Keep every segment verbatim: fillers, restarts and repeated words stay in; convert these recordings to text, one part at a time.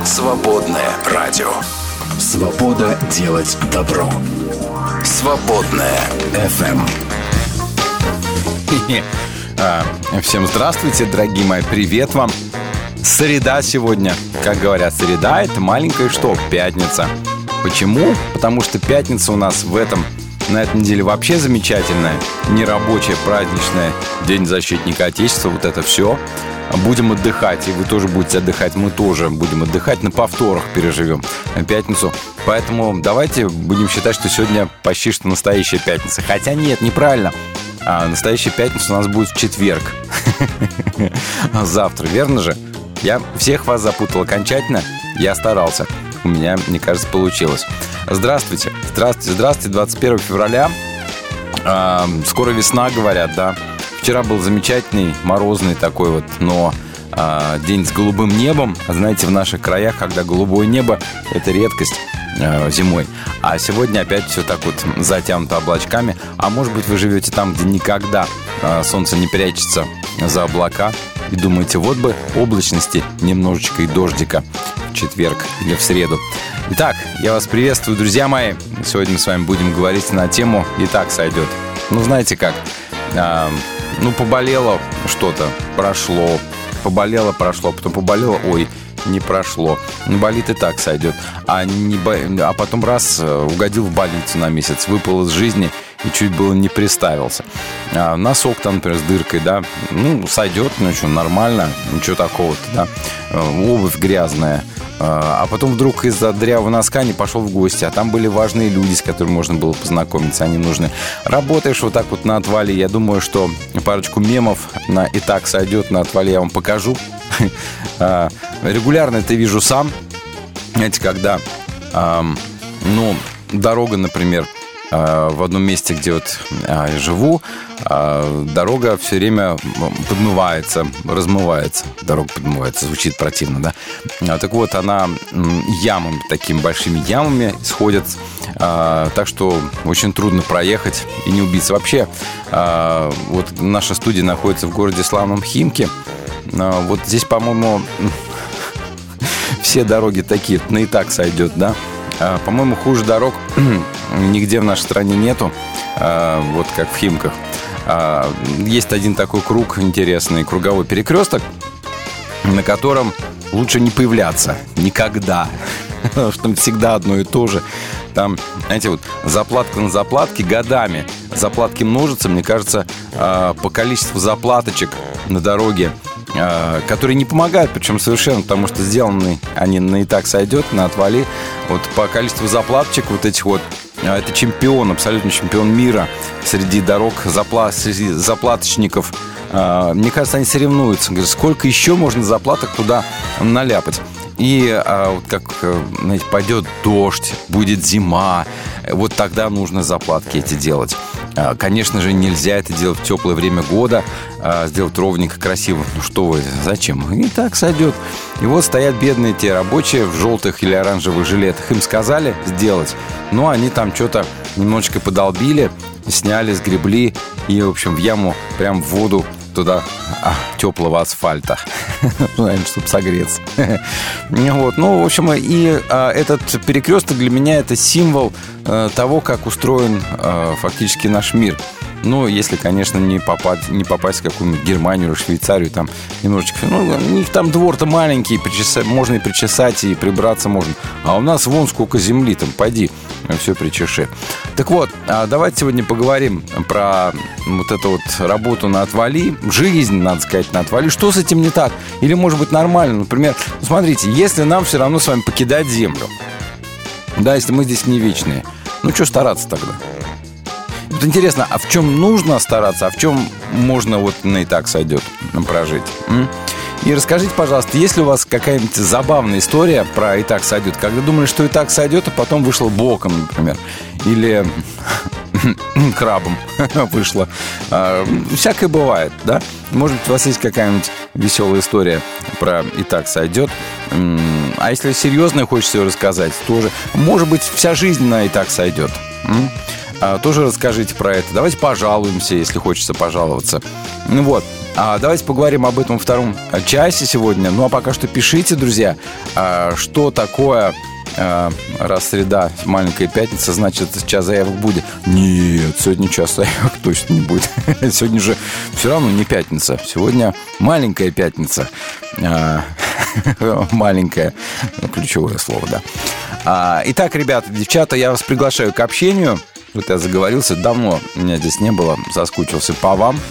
Свободное радио. Свобода делать добро. Свободное эф эм. Всем здравствуйте, дорогие мои, привет вам. Среда сегодня. Как говорят, среда — это маленькая что? Пятница. Почему? Потому что пятница у нас в этом, на этой неделе вообще замечательная. Нерабочая, праздничная, День защитника Отечества, вот это все. Будем отдыхать, и вы тоже будете отдыхать, мы тоже будем отдыхать, на повторах переживем пятницу. Поэтому давайте будем считать, что сегодня почти что настоящая пятница. Хотя нет, неправильно. А настоящая пятница у нас будет в четверг. Завтра, верно же? Я всех вас запутал окончательно. Я старался. У меня, мне кажется, получилось. Здравствуйте. Здравствуйте, здравствуйте. двадцать первого февраля. А, скоро весна, говорят, да. Вчера был замечательный, морозный такой вот, но а, день с голубым небом. А знаете, в наших краях, когда голубое небо, это редкость а, зимой. А сегодня опять все так вот затянуто облачками. А может быть, вы живете там, где никогда а, солнце не прячется за облака. И думаете, вот бы облачности немножечко и дождика в четверг или в среду. Итак, я вас приветствую, друзья мои. Сегодня мы с вами будем говорить на тему «И так сойдет». Ну, знаете как, а, ну, поболело что-то, прошло, поболело, прошло, потом поболело, ой, не прошло. Ну, болит и так сойдет. А, не бо... а потом раз угодил в больницу на месяц, выпал из жизни и чуть было не приставился. А, носок там, например, с дыркой, да, ну, сойдет, ну, что, нормально, ничего такого-то, да. Обувь грязная. А потом вдруг из-за дырявого носка не пошел в гости, а там были важные люди, с которыми можно было познакомиться, они нужны. Работаешь вот так вот на отвале, я думаю, что парочку мемов на «И так сойдет» на отвале я вам покажу. Регулярно это вижу сам. Знаете, когда, ну, дорога, например, в одном месте, где вот я живу, дорога все время подмывается, размывается. Дорога подмывается, звучит противно, да? Так вот, она ямами, такими большими ямами сходит, так что очень трудно проехать и не убиться. Вообще, вот наша студия находится в городе славном Химки. Вот здесь, по-моему, все дороги такие, на «И так сойдет», да? По-моему, хуже дорог нигде в нашей стране нету, вот как в Химках. Есть один такой круг интересный, круговой перекресток, на котором лучше не появляться никогда, потому что там всегда одно и то же. Там, знаете, вот заплатка на заплатке годами. Заплатки множатся, мне кажется, по количеству заплаточек на дороге, которые не помогают, причем совершенно, потому что сделаны они на «И так сойдет», на отвали. Вот по количеству заплаточек вот этих вот, это чемпион, абсолютно чемпион мира среди дорог, запла... среди заплаточников. Мне кажется, они соревнуются. Говорят, сколько еще можно заплаток туда наляпать. И а, вот как, знаете, пойдет дождь, будет зима, вот тогда нужно заплатки эти делать. А, конечно же, нельзя это делать в теплое время года, а, сделать ровненько, красиво. Ну что вы, зачем? И так сойдет. И вот стоят бедные те рабочие в желтых или оранжевых жилетах. Им сказали сделать, но они там что-то немножечко подолбили, сняли, сгребли и, в общем, в яму, прям в воду туда а, теплого асфальта, наверное, чтобы согреться. Вот. Ну, в общем, и а, этот перекресток для меня это символ а, того, как устроен а, фактически наш мир. Ну, если, конечно, не попасть, не попасть в какую-нибудь Германию или Швейцарию, там немножечко, ну, у них там двор-то маленький, причесать, можно и причесать, и прибраться можно. А у нас вон сколько земли, там, пойди, все причеши. Так вот, давайте сегодня поговорим про вот эту вот работу на отвали, жизнь, надо сказать, на отвали. Что с этим не так? Или, может быть, нормально? Например, смотрите, если нам все равно с вами покидать землю, да, если мы здесь не вечные, ну, что стараться тогда? Вот интересно, а в чем нужно стараться, а в чем можно вот на «И так сойдет» прожить? М? И расскажите, пожалуйста, есть ли у вас какая-нибудь забавная история про «И так сойдет», когда думали, что «И так сойдет», а потом вышло боком, например, или крабом вышло. Всякое бывает, да? Может быть, у вас есть какая-нибудь веселая история про «И так сойдет». А если серьезно хочется ее рассказать, тоже, может быть, вся жизнь на «И так сойдет». Тоже расскажите про это. Давайте пожалуемся, если хочется пожаловаться. Ну вот. А давайте поговорим об этом во втором часе сегодня. Ну, а пока что пишите, друзья, что такое... Раз среда, маленькая пятница, значит, час заявок будет. Нет, сегодня час заявок точно не будет. Сегодня же все равно не пятница. Сегодня маленькая пятница. Маленькое, ключевое слово, да. Итак, ребята, девчата, я вас приглашаю к общению. Вот я заговорился, давно меня здесь не было, соскучился по вам.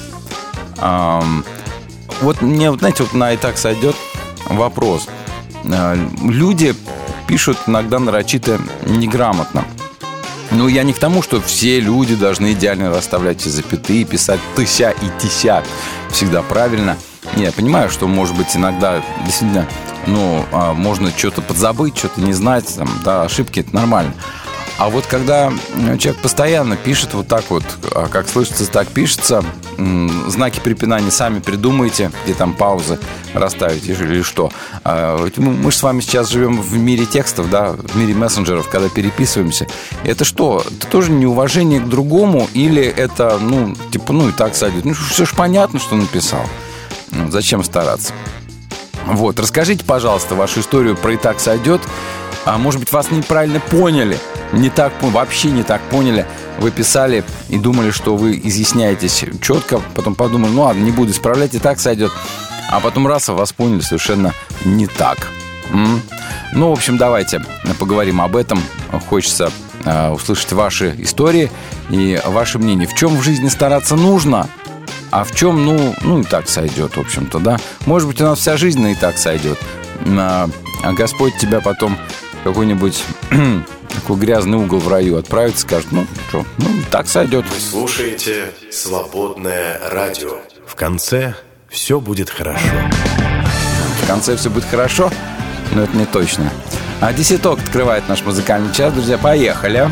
Вот мне, знаете, вот на «И так сойдет» вопрос. Люди пишут иногда нарочито неграмотно. Ну, я не к тому, что все люди должны идеально расставлять и запятые, писать «тыся» и «тися» всегда правильно. Я понимаю, что, может быть, иногда действительно, ну, можно что-то подзабыть, что-то не знать, там, да, ошибки – это нормально. А вот когда человек постоянно пишет вот так вот, как слышится, так пишется, знаки препинания сами придумаете, где там паузы расставить или что. Мы же с вами сейчас живем в мире текстов, да, в мире мессенджеров, когда переписываемся. Это что? Это тоже неуважение к другому или это, ну, типа, ну и так сойдет? Ну, все же понятно, что написал. Ну, зачем стараться? Вот, расскажите, пожалуйста, вашу историю про «И так сойдет». А может быть, вас неправильно поняли, не так, вообще не так поняли. Вы писали и думали, что вы изъясняетесь четко, потом подумали, ну ладно, не буду исправлять, «И так сойдет». А потом раз, а вас поняли совершенно не так. М? Ну, в общем, давайте поговорим об этом. Хочется э, услышать ваши истории и ваше мнение. В чем в жизни стараться нужно, а в чем, ну, ну и так сойдет, в общем-то, да. Может быть, у нас вся жизнь и так сойдет. А, а Господь тебя потом какой-нибудь такой грязный угол в раю отправит и скажет, ну, что, ну, так сойдет. Вы слушаете «Свободное радио». В конце все будет хорошо. В конце все будет хорошо, но это не точно. А Десяток открывает наш музыкальный час. Друзья, поехали.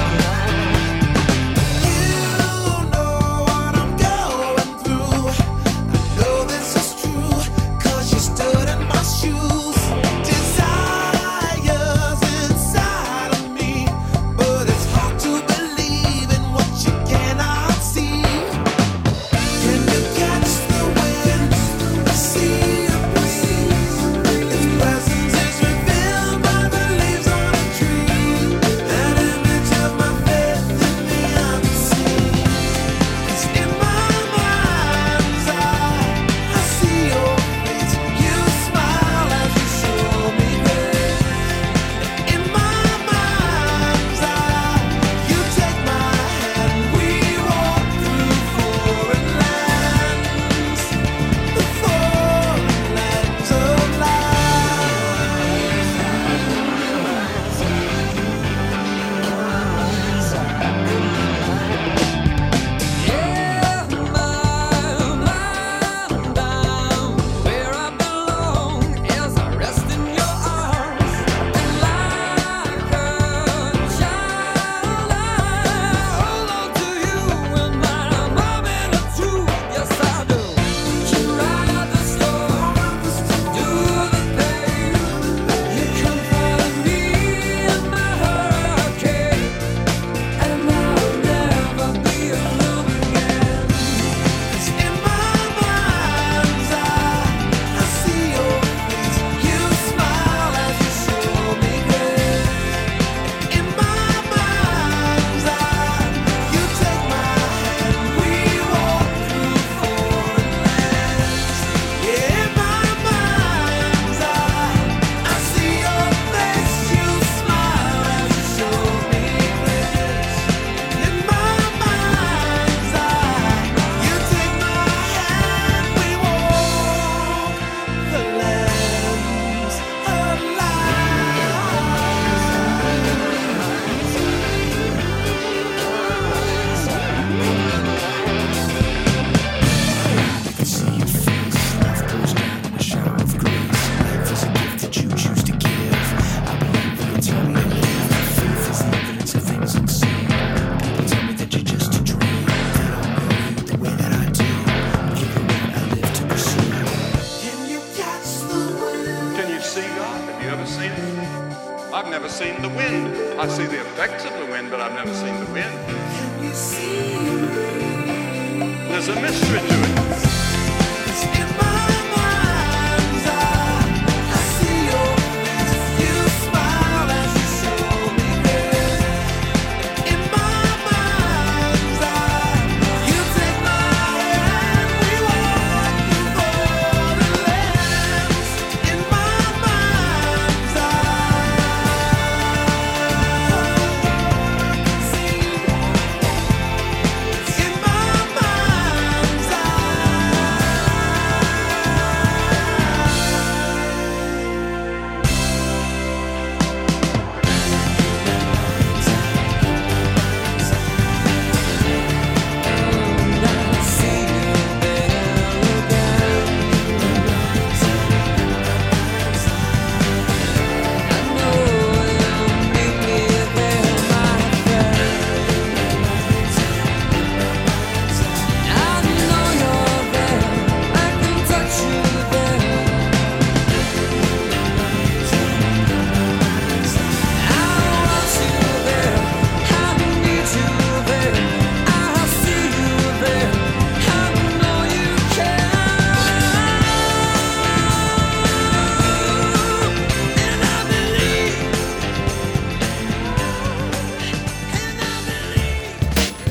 seen the wind. I see the effects of the wind, but I've never seen the wind. There's a mystery to it.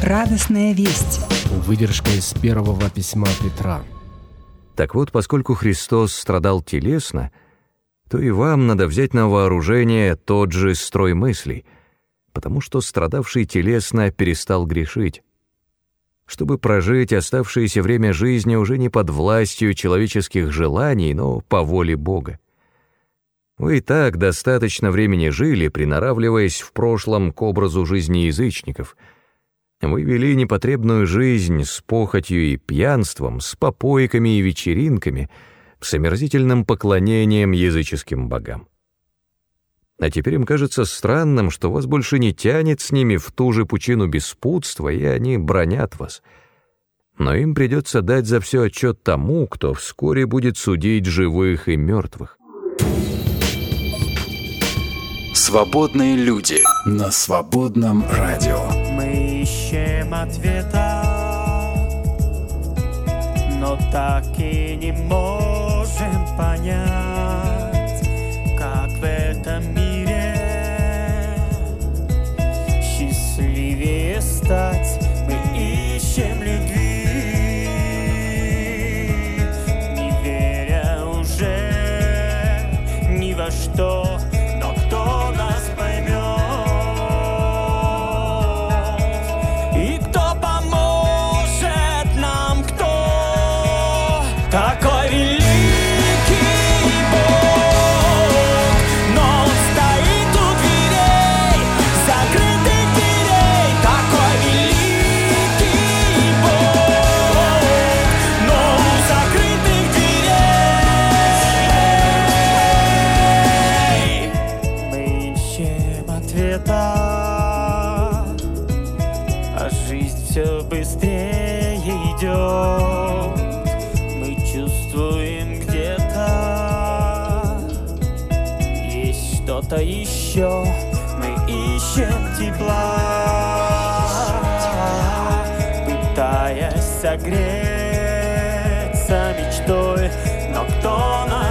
радостная весть. Выдержка из первого письма Петра. Так вот, поскольку Христос страдал телесно, то и вам надо взять на вооружение тот же строй мыслей, потому что страдавший телесно перестал грешить, чтобы прожить оставшееся время жизни уже не под властью человеческих желаний, но по воле Бога. Вы и так достаточно времени жили, приноравливаясь в прошлом к образу жизни язычников. Вы вели непотребную жизнь с похотью и пьянством, с попойками и вечеринками, с омерзительным поклонением языческим богам. А теперь им кажется странным, что вас больше не тянет с ними в ту же пучину беспутства, и они бранят вас. Но им придется дать за все отчет тому, кто вскоре будет судить живых и мертвых. Свободные люди на свободном радио. Мы ищем ответа, но так и не можем понять, как в этом мире счастливее стать. Мы ищем любви, не веря уже ни во что. Что-то еще мы ищем тепла, пытаясь согреться мечтой, но кто нас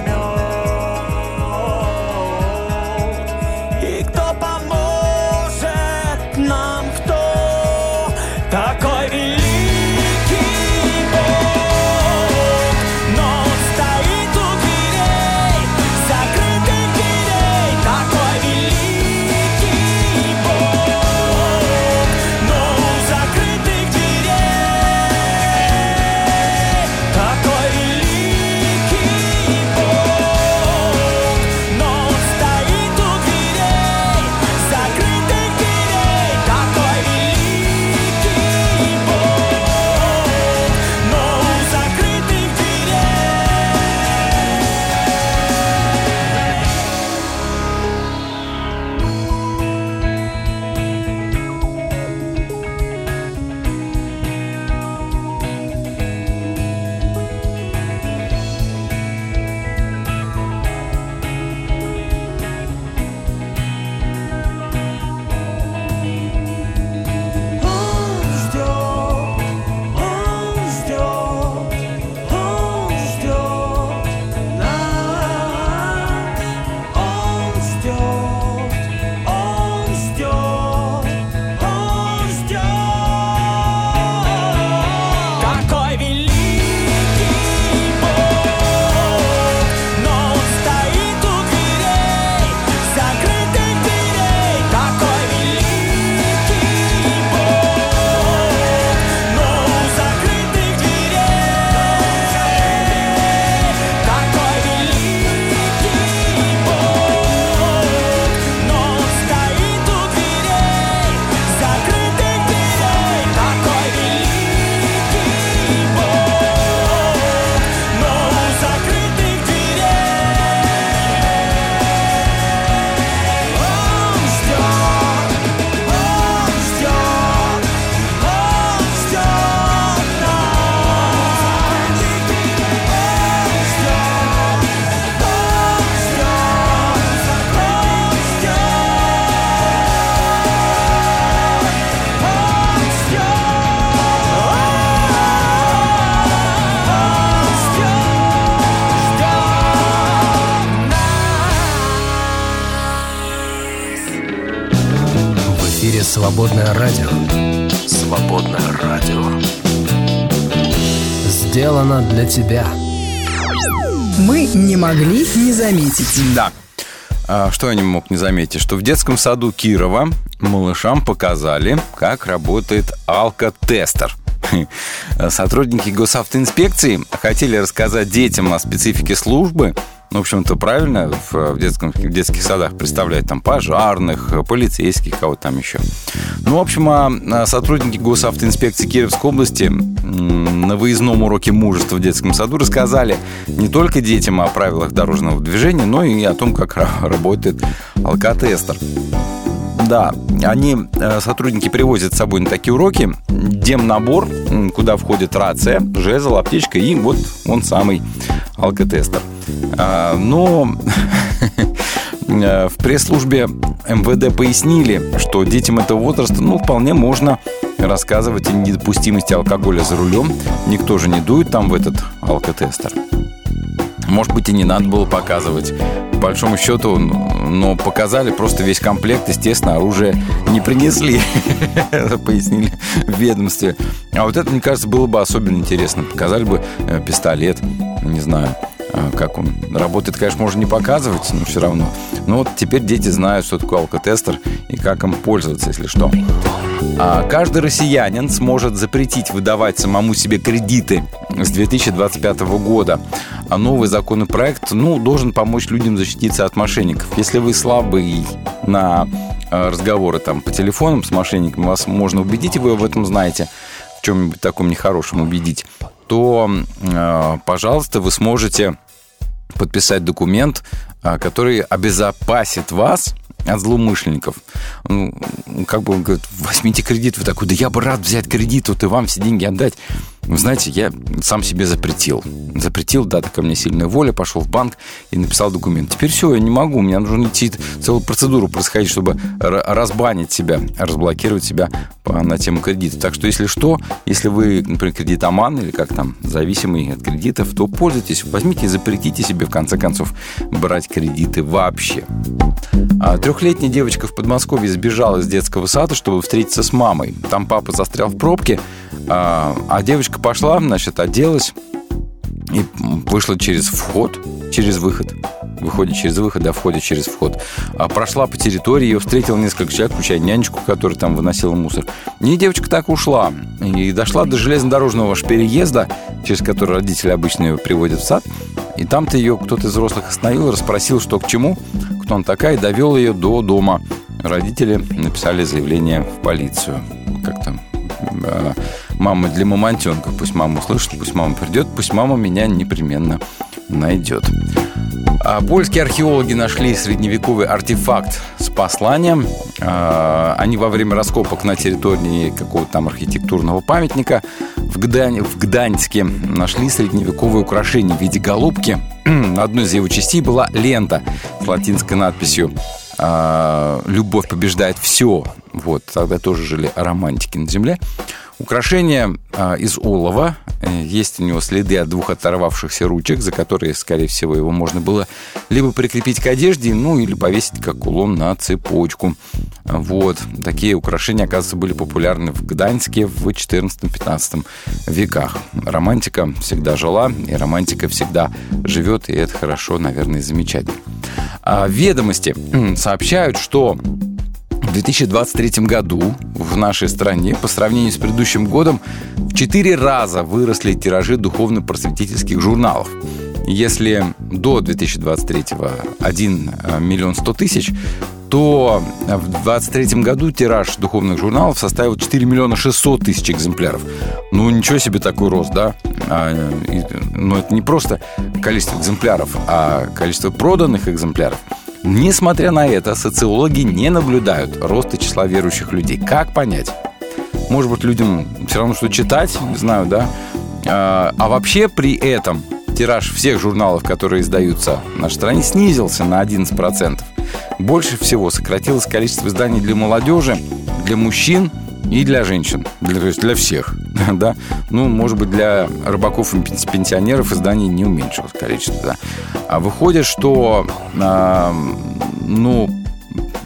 поймет и кто поможет нам, кто такой великий? Свободное радио. Свободное радио. Сделано для тебя. Мы не могли не заметить. Да. А что я не мог не заметить? Что в детском саду Кирова малышам показали, как работает алкотестер. Сотрудники госавтоинспекции хотели рассказать детям о специфике службы. Ну, в общем-то, правильно, в, детском, в детских садах представляют там пожарных, полицейских, кого-то там еще. Ну, в общем, а сотрудники госавтоинспекции Кировской области на выездном уроке мужества в детском саду рассказали не только детям о правилах дорожного движения, но и о том, как работает алкотестер. Да, они, сотрудники, привозят с собой на такие уроки демнабор, куда входит рация, жезл, аптечка и вот он самый алкотестер. Но в пресс-службе эм вэ дэ пояснили, что детям этого возраста, ну, вполне можно рассказывать о недопустимости алкоголя за рулем. Никто же не дует там в этот алкотестер. Может быть, и не надо было показывать. По большому счету, но показали просто весь комплект. Естественно, оружие не принесли. Пояснили в ведомстве. А вот это, мне кажется, было бы особенно интересно. Показали бы пистолет, не знаю, как он работает, конечно, можно не показывать, но все равно. Но вот теперь дети знают, что такое алкотестер и как им пользоваться, если что. А каждый россиянин сможет запретить выдавать самому себе кредиты с две тысячи двадцать пятого года. А новый законопроект, ну, должен помочь людям защититься от мошенников. Если вы слабый на разговоры там по телефонам с мошенниками, вас можно убедить, и вы в этом знаете, в чем-нибудь таком нехорошем убедить, то, пожалуйста, вы сможете подписать документ, который обезопасит вас от злоумышленников. Ну, как бы он говорит, возьмите кредит. Вы такой, да я бы рад взять кредит, вот и вам все деньги отдать. Вы знаете, я сам себе запретил. Запретил, да, такая у меня сильная воля. Пошел в банк и написал документ. Теперь все, я не могу. Мне нужно идти целую процедуру происходить, чтобы разбанить себя, разблокировать себя на тему кредита. Так что, если что, если вы, например, кредитоман или как там, зависимый от кредитов, то пользуйтесь, возьмите и запретите себе, в конце концов, брать кредиты вообще. А трехлетняя девочка в Подмосковье сбежала из детского сада, чтобы встретиться с мамой. Там папа застрял в пробке, а, а девочка пошла, значит, оделась и вышла через вход, через выход. Выходит через выход, да, входит через вход. А прошла по территории, ее встретил несколько человек, включая нянечку, которая там выносила мусор. И девочка так ушла. И дошла до железнодорожного переезда, через который родители обычно ее приводят в сад. И там-то ее кто-то из взрослых остановил, расспросил, что к чему, кто она такая, и довел ее до дома. Родители написали заявление в полицию. Как там? Мама для мамонтенка. Пусть мама услышит, пусть мама придет, пусть мама меня непременно найдет. А польские археологи нашли средневековый артефакт с посланием. Они во время раскопок на территории какого-то там архитектурного памятника в, Гдань, в Гданьске нашли средневековое украшение в виде голубки. На одной из его частей была лента с латинской надписью «Любовь побеждает все». Вот, тогда тоже жили романтики на земле. Украшение э, из олова. Есть у него следы от двух оторвавшихся ручек, за которые, скорее всего, его можно было либо прикрепить к одежде, ну, или повесить как кулон на цепочку. Вот. Такие украшения, оказывается, были популярны в Гданьске в четырнадцатом-пятнадцатом веках. Романтика всегда жила, и романтика всегда живет, и это хорошо, наверное, и замечательно. А «Ведомости» сообщают, что в две тысячи двадцать третьем году в нашей стране по сравнению с предыдущим годом в четыре раза выросли тиражи духовно-просветительских журналов. Если до две тысячи двадцать третьего один миллион сто тысяч, то в двадцать третьем году тираж духовных журналов составил четыре миллиона шестьсот тысяч экземпляров. Ну, ничего себе такой рост, да? А, и, но это не просто количество экземпляров, а количество проданных экземпляров. Несмотря на это, социологи не наблюдают роста числа верующих людей. Как понять? Может быть, людям все равно что читать, не знаю, да? А, а вообще при этом тираж всех журналов, которые издаются в нашей стране, снизился на одиннадцать процентов. Больше всего сократилось количество изданий для молодежи, для мужчин и для женщин. Для, то есть для всех. Да? Ну, может быть, для рыбаков и пенсионеров изданий не уменьшилось количество. Да? А выходит, что а, ну,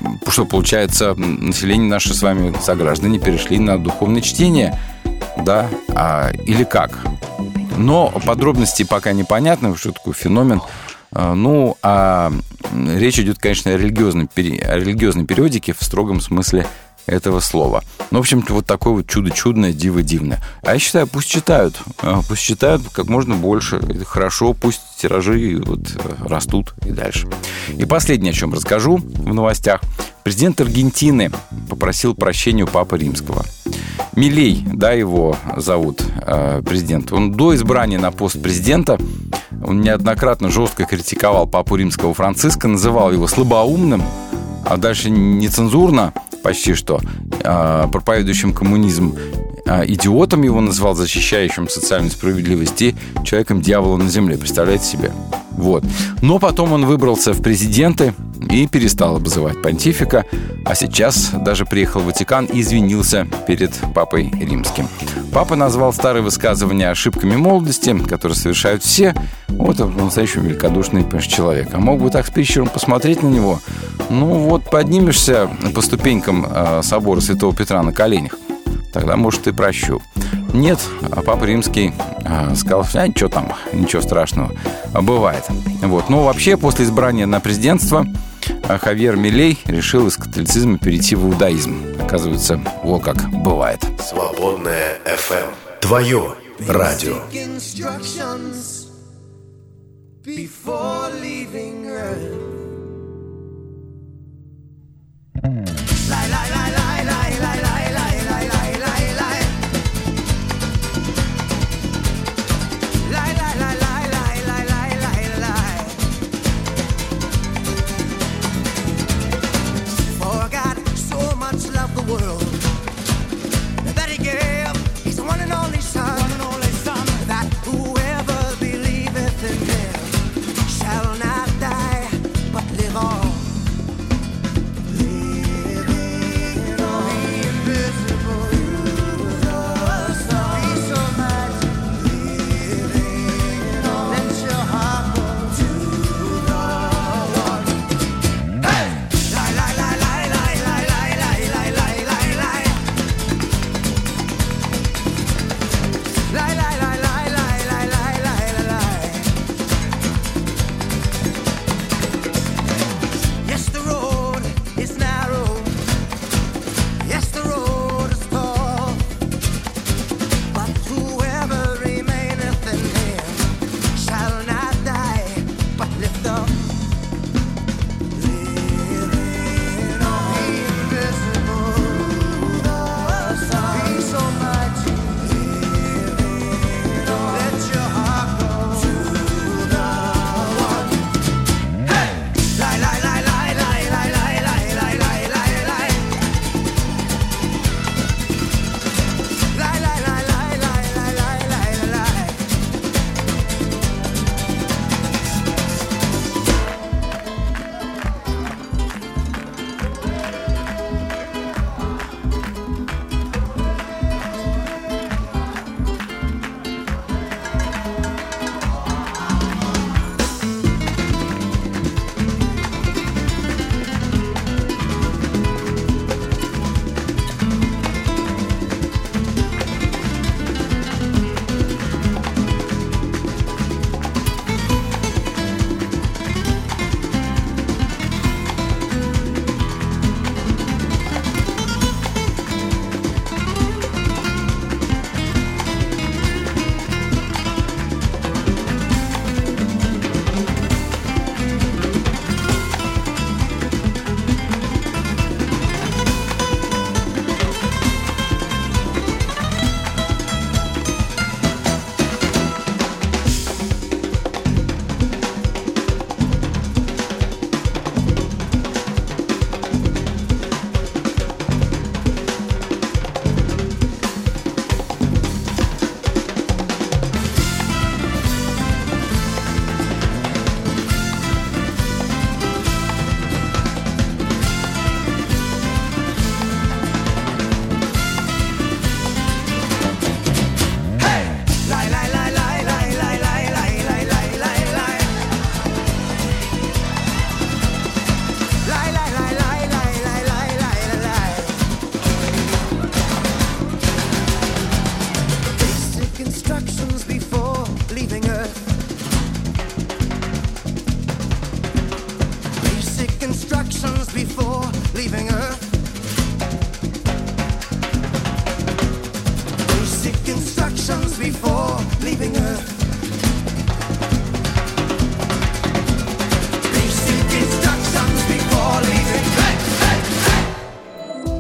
что, получается, население наше с вами, сограждане, перешли на духовное чтение, да, а, или как? Но подробности пока непонятны, что такое феномен. Ну, а речь идет, конечно, о религиозной, о религиозной периодике в строгом смысле этого слова. Ну, в общем-то, вот такое вот чудо чудное, диво дивное. А я считаю, пусть читают. Пусть читают как можно больше. Это хорошо, пусть тиражи вот растут и дальше. И последнее, о чем расскажу в новостях. Президент Аргентины попросил прощения у Папы Римского. Милей, да, его зовут президент. Он до избрания на пост президента он неоднократно жестко критиковал Папу Римского Франциска, называл его слабоумным, а дальше нецензурно почти что, проповедующим коммунизм, идиотом его назвал, защищающим социальную справедливость, и человеком-дьявола на земле. Представляете себе? Вот. Но потом он выбрался в президенты и перестал обзывать понтифика, а сейчас даже приехал в Ватикан и извинился перед Папой Римским. Папа назвал старые высказывания ошибками молодости, которые совершают все. Вот он по-настоящему великодушный человек. А мог бы так с прищуром посмотреть на него? Ну вот, поднимешься по ступенькам собора Святого Петра на коленях, тогда, может, и прощу. Нет, а Папа Римский э, сказал, а ничего там, ничего страшного, бывает. Вот. Но вообще, после избрания на президентство Хавьер Милей решил из католицизма перейти в иудаизм. Оказывается, вот как бывает. Свободная эф эм. Твое радио.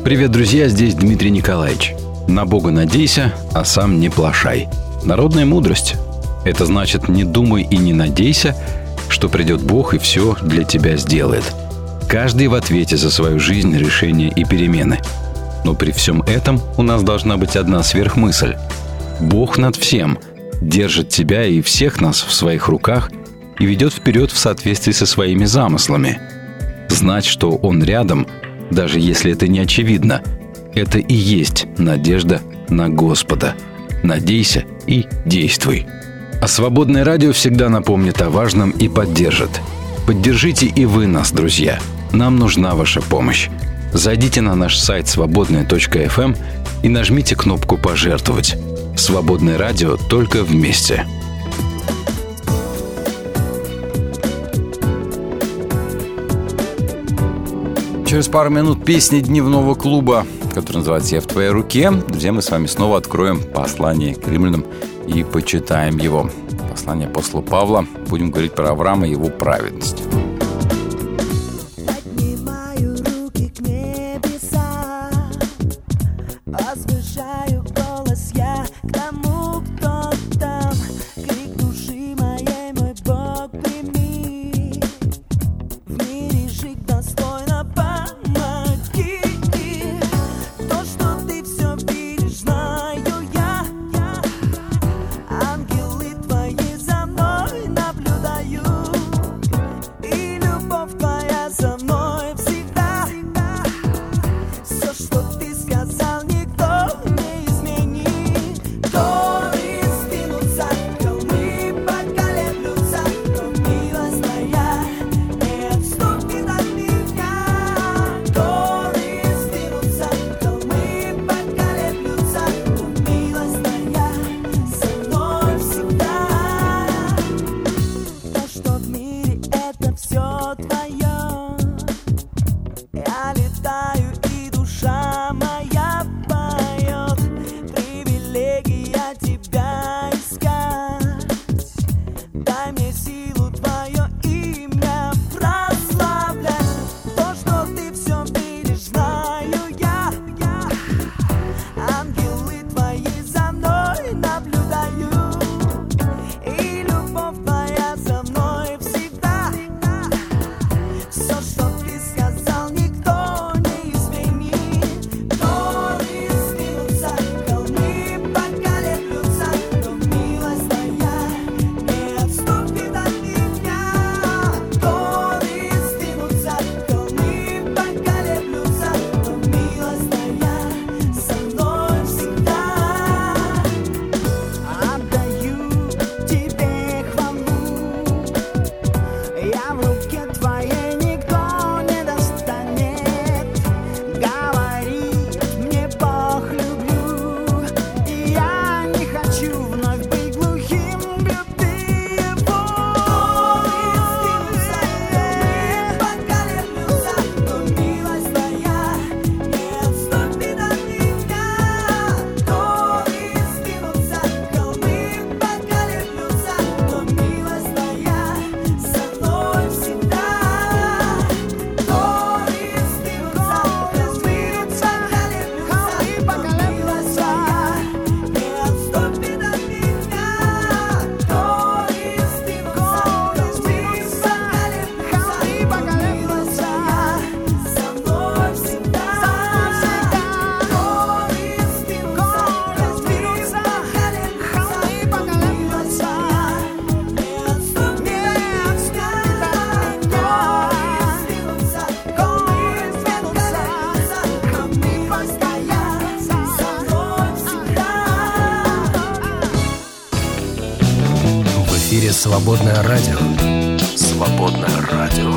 Привет, друзья, здесь Дмитрий Николаевич. На Бога надейся, а сам не плашай. Народная мудрость. Это значит, не думай и не надейся, что придет Бог и все для тебя сделает. Каждый в ответе за свою жизнь, решения и перемены. Но при всем этом у нас должна быть одна сверхмысль. Бог над всем, держит тебя и всех нас в своих руках и ведет вперед в соответствии со своими замыслами. Знать, что Он рядом, даже если это не очевидно, это и есть надежда на Господа. Надейся и действуй. А Свободное радио всегда напомнит о важном и поддержит. Поддержите и вы нас, друзья. Нам нужна ваша помощь. Зайдите на наш сайт свободное точка эф эм и нажмите кнопку «Пожертвовать». Свободное радио только вместе. Через пару минут песни дневного клуба, который называется «Я в твоей руке». Друзья, мы с вами снова откроем послание к римлянам и почитаем его. Послание апостола Павла. Будем говорить про Авраама и его праведность. Свободное радио. Свободное радио.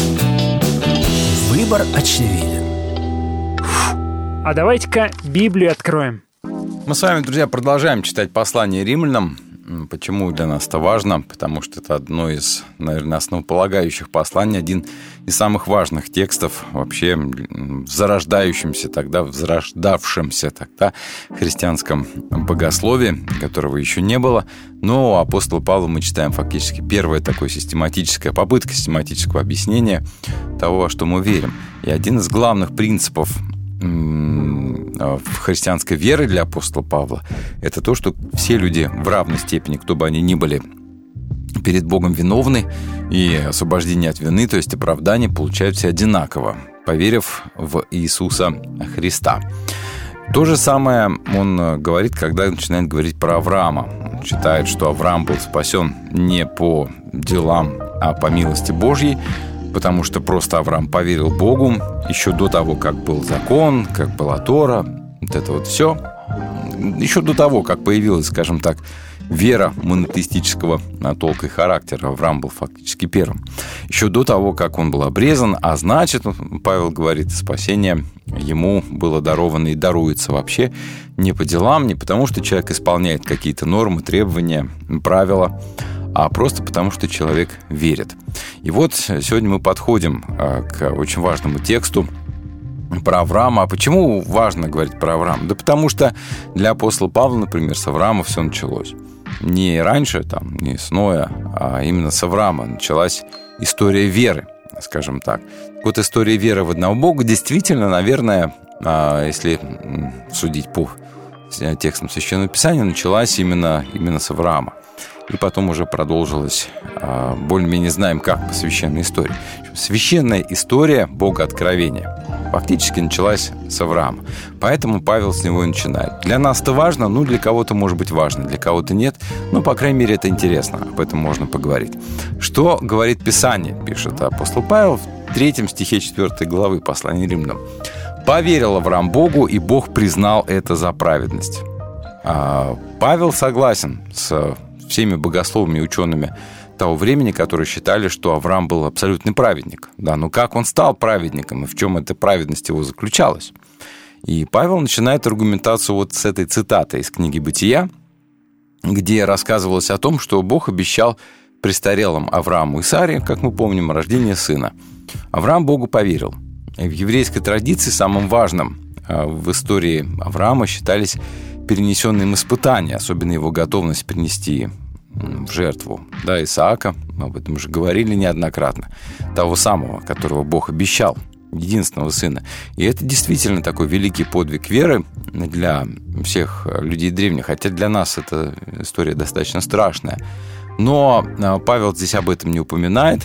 Выбор очевиден. А давайте-ка Библию откроем. Мы с вами, друзья, продолжаем читать послание римлянам. Почему для нас это важно? Потому что это одно из, наверное, основополагающих посланий, один из самых важных текстов вообще в зарождающемся тогда, в зарождавшемся тогда христианском богословии, которого еще не было. Но у апостола Павла мы читаем фактически первое такое систематическое, попытка систематического объяснения того, во что мы верим. И один из главных принципов в христианской вере для апостола Павла, это то, что все люди в равной степени, кто бы они ни были, перед Богом виновны, и освобождение от вины, то есть оправдание, получают все одинаково, поверив в Иисуса Христа. То же самое он говорит, когда начинает говорить про Авраама. Он считает, что Авраам был спасен не по делам, а по милости Божьей, потому что просто Авраам поверил Богу еще до того, как был закон, как была Тора, вот это вот все. Еще до того, как появилась, скажем так, вера монотеистического толка и характера. Авраам был фактически первым. Еще до того, как он был обрезан, а значит, Павел говорит, спасение ему было даровано и даруется вообще не по делам, не потому, что человек исполняет какие-то нормы, требования, правила, а просто потому, что человек верит. И вот сегодня мы подходим к очень важному тексту про Авраама. А почему важно говорить про Авраама? Да потому что для апостола Павла, например, с Авраама все началось. Не раньше, там, не с Ноя, а именно с Авраама началась история веры, скажем так. Вот история веры в одного Бога действительно, наверное, если судить по текстам Священного Писания, началась именно, именно с Авраама. И потом уже продолжилась, более-менее знаем как, по священной истории. Священная история Бога откровения фактически началась с Авраама. Поэтому Павел с него и начинает. Для нас это важно, ну, для кого-то может быть важно, для кого-то нет. Но, по крайней мере, это интересно, об этом можно поговорить. Что говорит Писание, пишет апостол Павел в третьем стихе четвёртой главы послания Римлянам. «Поверил Авраам Богу, и Бог признал это за праведность». Павел согласен с всеми богословами и учеными того времени, которые считали, что Авраам был абсолютный праведник. Да, но как он стал праведником, и в чем эта праведность его заключалась? И Павел начинает аргументацию вот с этой цитаты из книги «Бытия», где рассказывалось о том, что Бог обещал престарелым Аврааму и Саре, как мы помним, рождение сына. Авраам Богу поверил. И в еврейской традиции самым важным в истории Авраама считались перенесенные им испытания, особенно его готовность принести в жертву, да, Исаака, мы об этом уже говорили неоднократно, того самого, которого Бог обещал, единственного сына. И это действительно такой великий подвиг веры для всех людей древних, хотя для нас эта история достаточно страшная. Но Павел здесь об этом не упоминает,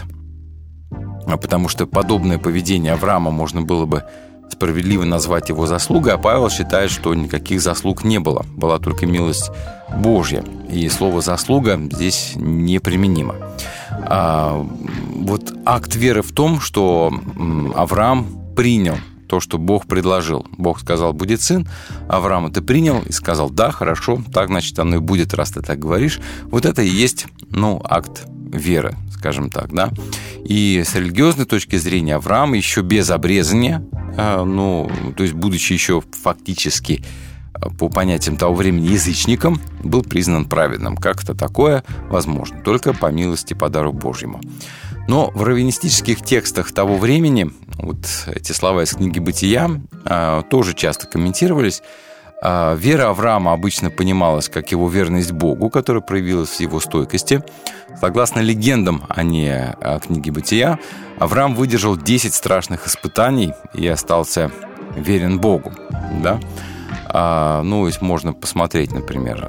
потому что подобное поведение Авраама можно было бы справедливо назвать его заслугой, а Павел считает, что никаких заслуг не было, была только милость Божья, и слово «заслуга» здесь неприменимо. А, вот акт веры в том, что Авраам принял то, что Бог предложил. Бог сказал, будет сын, Авраам это принял и сказал, да, хорошо, так, значит, оно и будет, раз ты так говоришь. Вот это и есть, ну, акт веры, скажем так, да. И с религиозной точки зрения Авраам еще без обрезания, ну, то есть будучи еще фактически по понятиям того времени язычником, был признан праведным. Как это такое возможно? Только по милости, по дару Божьему. Но в раввинистических текстах того времени, вот эти слова из книги «Бытия» тоже часто комментировались. Вера Авраама обычно понималась как его верность Богу, которая проявилась в его стойкости. Согласно легендам, а не книге «Бытия», Авраам выдержал десять страшных испытаний и остался верен Богу. Да? А, ну, можно посмотреть, например,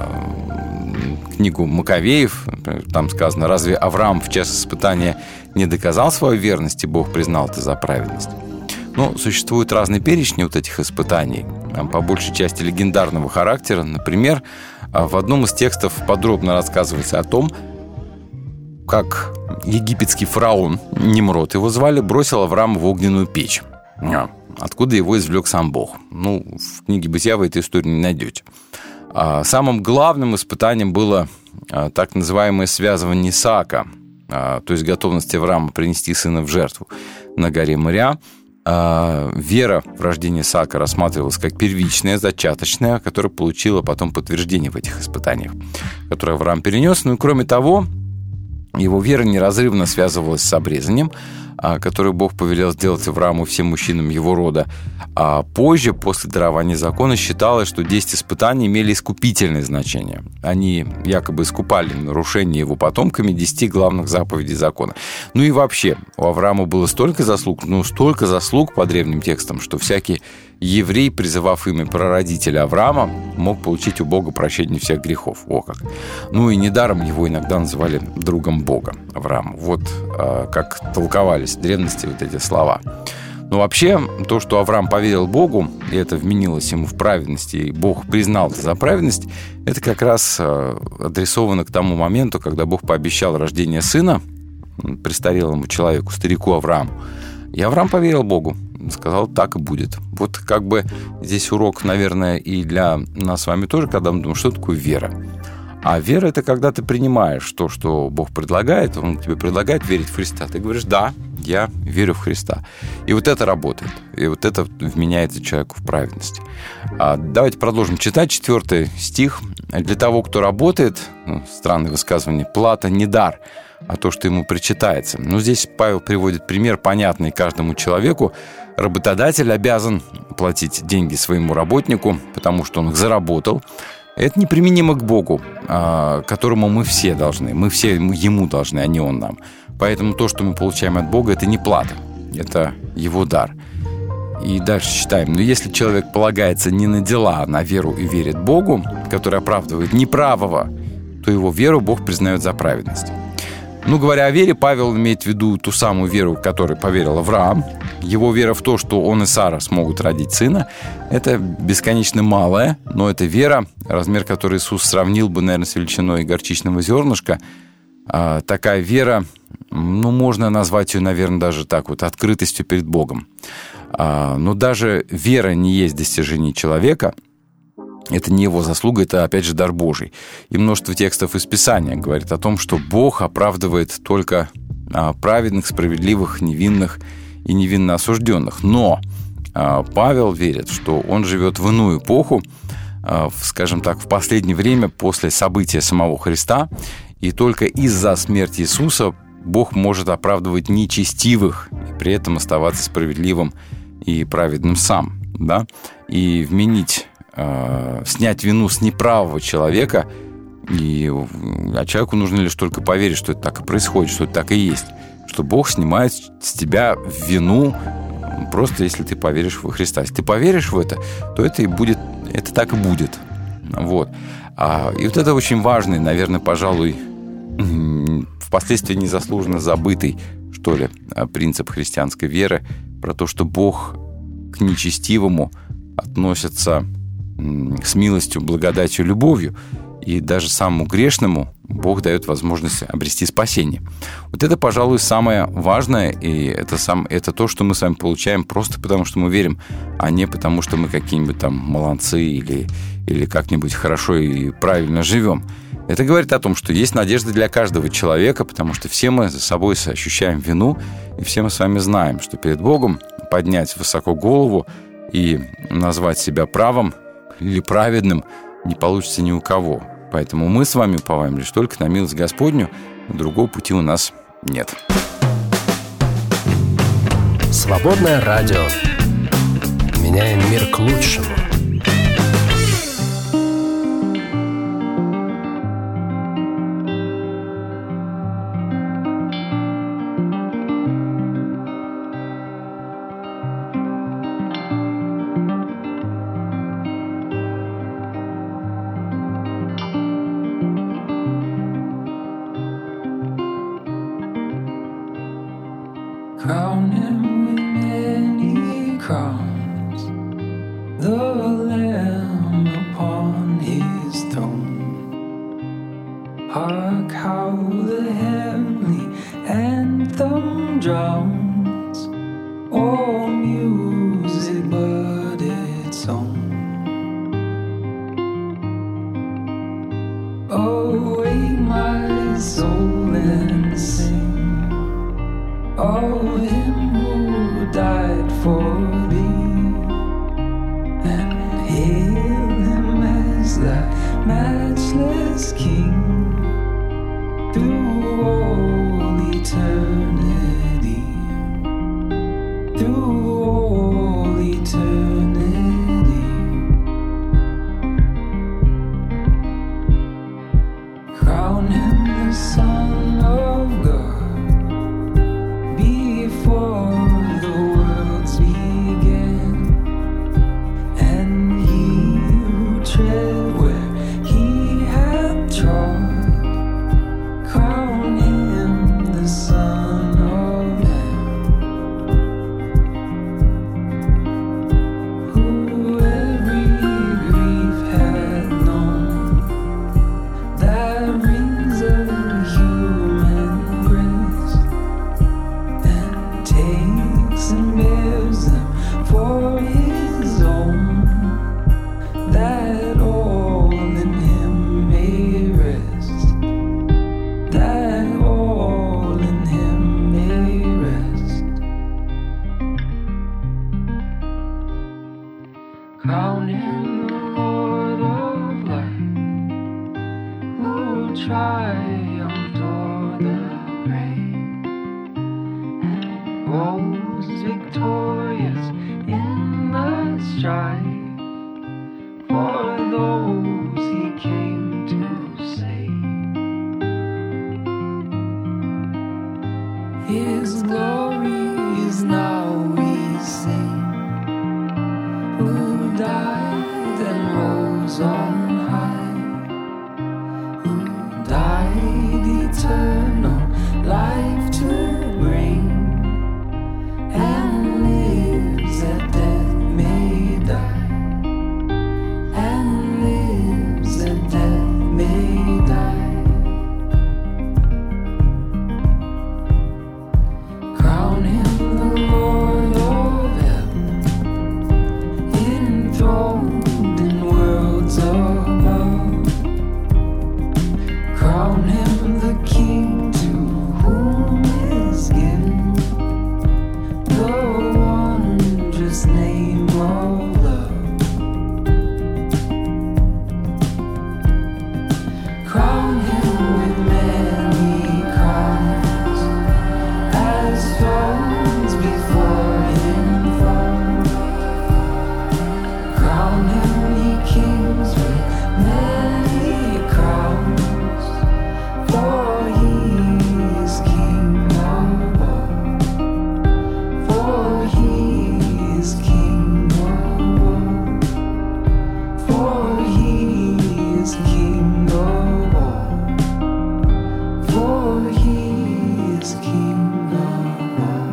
книгу Маковеев. Там сказано, разве Авраам в час испытания не доказал свою верность, и Бог признал это за праведность? Но существуют разные перечни вот этих испытаний, по большей части легендарного характера. Например, в одном из текстов подробно рассказывается о том, как египетский фараон, Нимрод его звали, бросил Авраама в огненную печь, откуда его извлек сам Бог. Ну, в книге «Бытия» вы эту историю не найдете. Самым главным испытанием было так называемое связывание Исаака, то есть готовность Авраама принести сына в жертву на горе Мория. Вера в рождение Исаака рассматривалась как первичная, зачаточная, которая получила потом подтверждение в этих испытаниях, которые Авраам перенес. Ну и кроме того, Его вера неразрывно связывалась с обрезанием, который Бог повелел сделать Аврааму всем мужчинам его рода. А позже, после дарования закона, считалось, что десять испытаний имели искупительное значение. Они якобы искупали нарушение его потомками десяти главных заповедей закона. Ну и вообще, у Авраама было столько заслуг, ну столько заслуг по древним текстам, что всякий еврей, призывав имя прародителя Авраама, мог получить у Бога прощение всех грехов. О как! Ну и недаром его иногда называли другом Бога, Авраам. Вот а, как толковались в древности вот эти слова. Но вообще, то, что Авраам поверил Богу, и это вменилось ему в праведности, и Бог признал это за праведность, это как раз адресовано к тому моменту, когда Бог пообещал рождение сына престарелому человеку, старику Аврааму. И Авраам поверил Богу, сказал, так и будет. Вот как бы здесь урок, наверное, и для нас с вами тоже, когда мы думаем, что такое вера. А вера – это когда ты принимаешь то, что Бог предлагает, Он тебе предлагает верить в Христа. Ты говоришь, да, я верю в Христа. И вот это работает. И вот это вменяется человеку в праведность. А давайте продолжим читать четвертый стих. «Для того, кто работает, ну, странное высказывание, плата не дар, а то, что ему причитается». Но здесь Павел приводит пример, понятный каждому человеку. Работодатель обязан платить деньги своему работнику, потому что он их заработал. Это неприменимо к Богу, которому мы все должны. Мы все Ему должны, а не Он нам. Поэтому то, что мы получаем от Бога, это не плата. Это Его дар. И дальше читаем. Но если человек полагается не на дела, а на веру и верит Богу, который оправдывает неправого, то его веру Бог признает за праведность. Ну, говоря о вере, Павел имеет в виду ту самую веру, в которой поверил Авраам. Его вера в то, что он и Сара смогут родить сына, это бесконечно малая, но это вера, размер которой Иисус сравнил бы, наверное, с величиной горчичного зернышка. А, такая вера, ну, можно назвать ее, наверное, даже так вот, открытостью перед Богом. А, но даже вера не есть достижение человека. Это не его заслуга, это, опять же, дар Божий. И множество текстов из Писания говорит о том, что Бог оправдывает только праведных, справедливых, невинных и невинно осужденных. Но Павел верит, что он живет в иную эпоху, скажем так, в последнее время после события самого Христа, и только из-за смерти Иисуса Бог может оправдывать нечестивых и при этом оставаться справедливым и праведным сам, да, и вменить снять вину с неправого человека, и, а человеку нужно лишь только поверить, что это так и происходит, что это так и есть, что Бог снимает с тебя вину просто если ты поверишь во Христа. Если ты поверишь в это, то это и будет, это так и будет. Вот. А, и вот это очень важный, наверное, пожалуй, впоследствии незаслуженно забытый, что ли, принцип христианской веры про то, что Бог к нечестивому относится с милостью, благодатью, любовью, и даже самому грешному Бог дает возможность обрести спасение. Вот это, пожалуй, самое важное, и это, сам, это то, что мы с вами получаем просто потому, что мы верим, а не потому, что мы какие-нибудь там молодцы или, или как-нибудь хорошо и правильно живем. Это говорит о том, что есть надежда для каждого человека, потому что все мы за собой ощущаем вину, и все мы с вами знаем, что перед Богом поднять высоко голову и назвать себя правым или праведным не получится ни у кого. Поэтому мы с вами уповаем лишь только на милость Господню, другого пути у нас нет. Свободное радио. Меняем мир к лучшему. Crown him with many crowns, the Lamb upon his throne. Hark how the heavenly anthem drowns, all music but its own. Awake my soul and sing of him who died for thee, and hail him as thy matchless King through all through all eternity. Crown him the Son of God before the worlds began, and he who tread where he had trod, crown him the Son of Man, who every grief had known, that rings a human breast, and takes and bears them for his own, that all in him may rest, that all in him may rest. Crown him the Lord of light, who triumphed o'er the grave, and rose victorious in the strife for those he came to save. His glory is now we sing, who died and rose on high, who died eternal life to bring, and lives that death may die, and lives that death may die. Crown him the Lord of heaven, enthroned in worlds above. Crown him the King to whom is given the wondrous name of love. Crown him with many crowns, as thrones before him fall. Crown him, ye kings, with many crowns, for he is King of all. For he is King of all. For he is King of all. For he is King of all.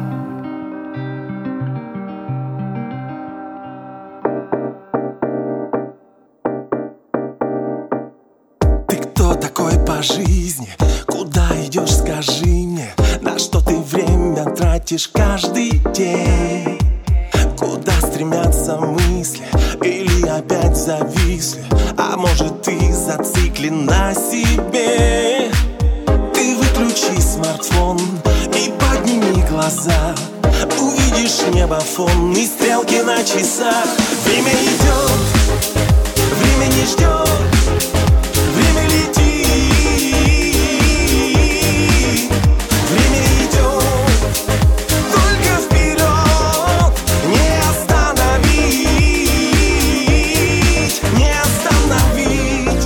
Ты кто такой по жизни? Куда идешь, скажи мне? На что ты время тратишь каждый день? Куда стремятся мысли? Или опять зависли? А может, ты зациклен на себе? Ты выключи смартфон и подними глаза. Увидишь небо, фон и стрелки на часах. Время идет, время не ждет, время летит. Время идет только вперед, не остановить, не остановить.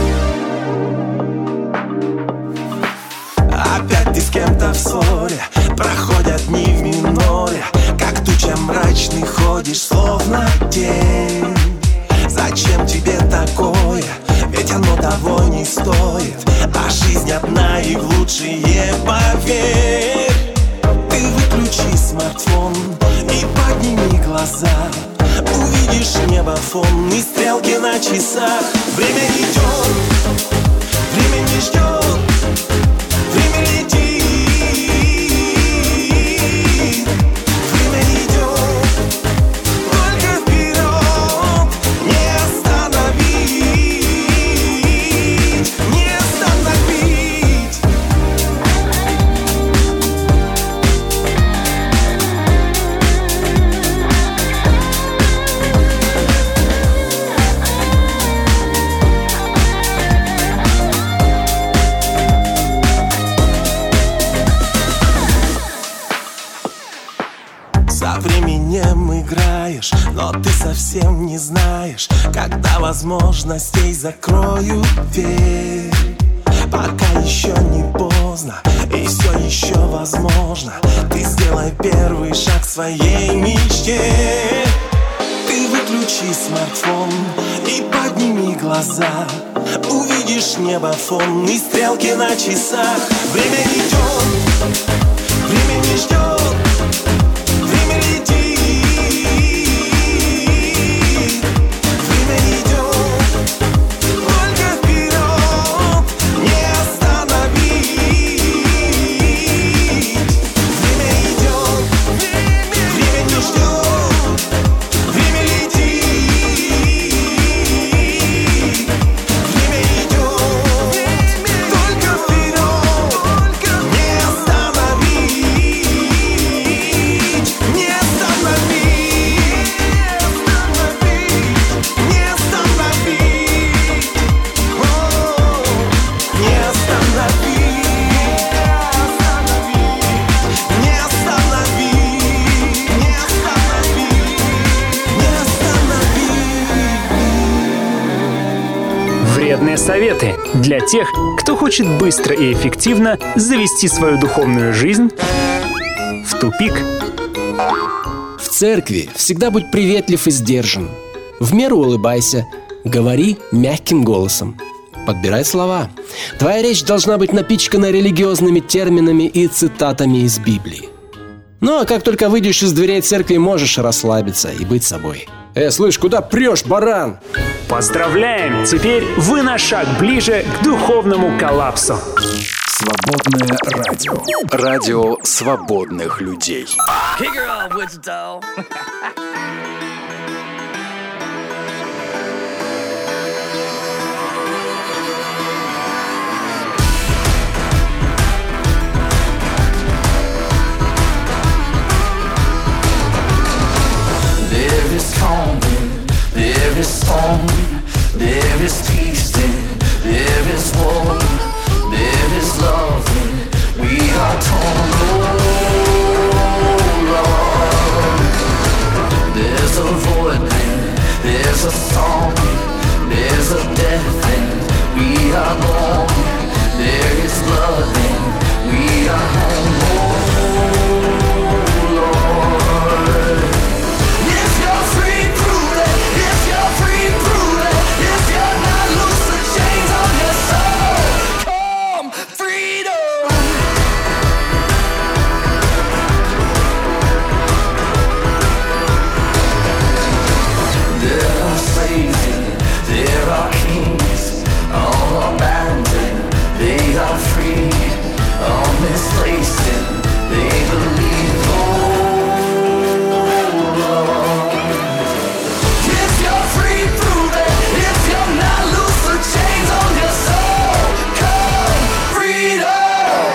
Опять ты с кем-то в ссоре, проходят дни в миноре, как туча мрачный ходишь, словно тень. Зачем тебе такое? Ведь оно того не стоит. А жизнь одна и в лучшее поверь. Ты выключи смартфон и подними глаза. Увидишь небо, фон и стрелки на часах. Время идет, время не ждет, время летит. Время идет только вперед, не остановить, не остановить. со временем играешь, но ты совсем не знаешь, когда возможностей закрою дверь. Пока еще не поздно и все еще возможно, ты сделай первый шаг к своей мечте. Ты выключи смартфон и подними глаза, увидишь небо, фон и стрелки на часах. Время идет, время не ждет, время летит. Время идет, только вперед, не остановить. Время идет, время не ждет, время летит. Время идет, только вперед, не остановить. Не остановить, не остановить, о, не остановить, не остановить, не остановить, не остановить. Вредные советы для тех, кто хочет быстро и эффективно завести свою духовную жизнь в тупик. В церкви всегда будь приветлив и сдержан. В меру улыбайся, говори мягким голосом. Подбирай слова. Твоя речь должна быть напичкана религиозными терминами и цитатами из Библии. Ну а как только выйдешь из дверей церкви, можешь расслабиться и быть собой. Э, слышь, куда прешь, баран? Поздравляем! Теперь вы на шаг ближе к духовному коллапсу. Свободное радио. Радио свободных людей. Kick her off, Wichita. There is calming, there is storm, there is feasting, there is war, there is loving. We are torn, oh Lord. There's a void, there's a song, there's a death, and we are born. There is blood, and we are home, oh Lord. If you're free, prove it. If you're free, prove it. If you're not loose, the chains on your soul. Come, freedom. There are slaves, there are kings, all abandoned, they are free, all misplaced, and they believe, oh Lord. If you're free, prove it. If you're not loose, the chains on your soul. Come, freedom.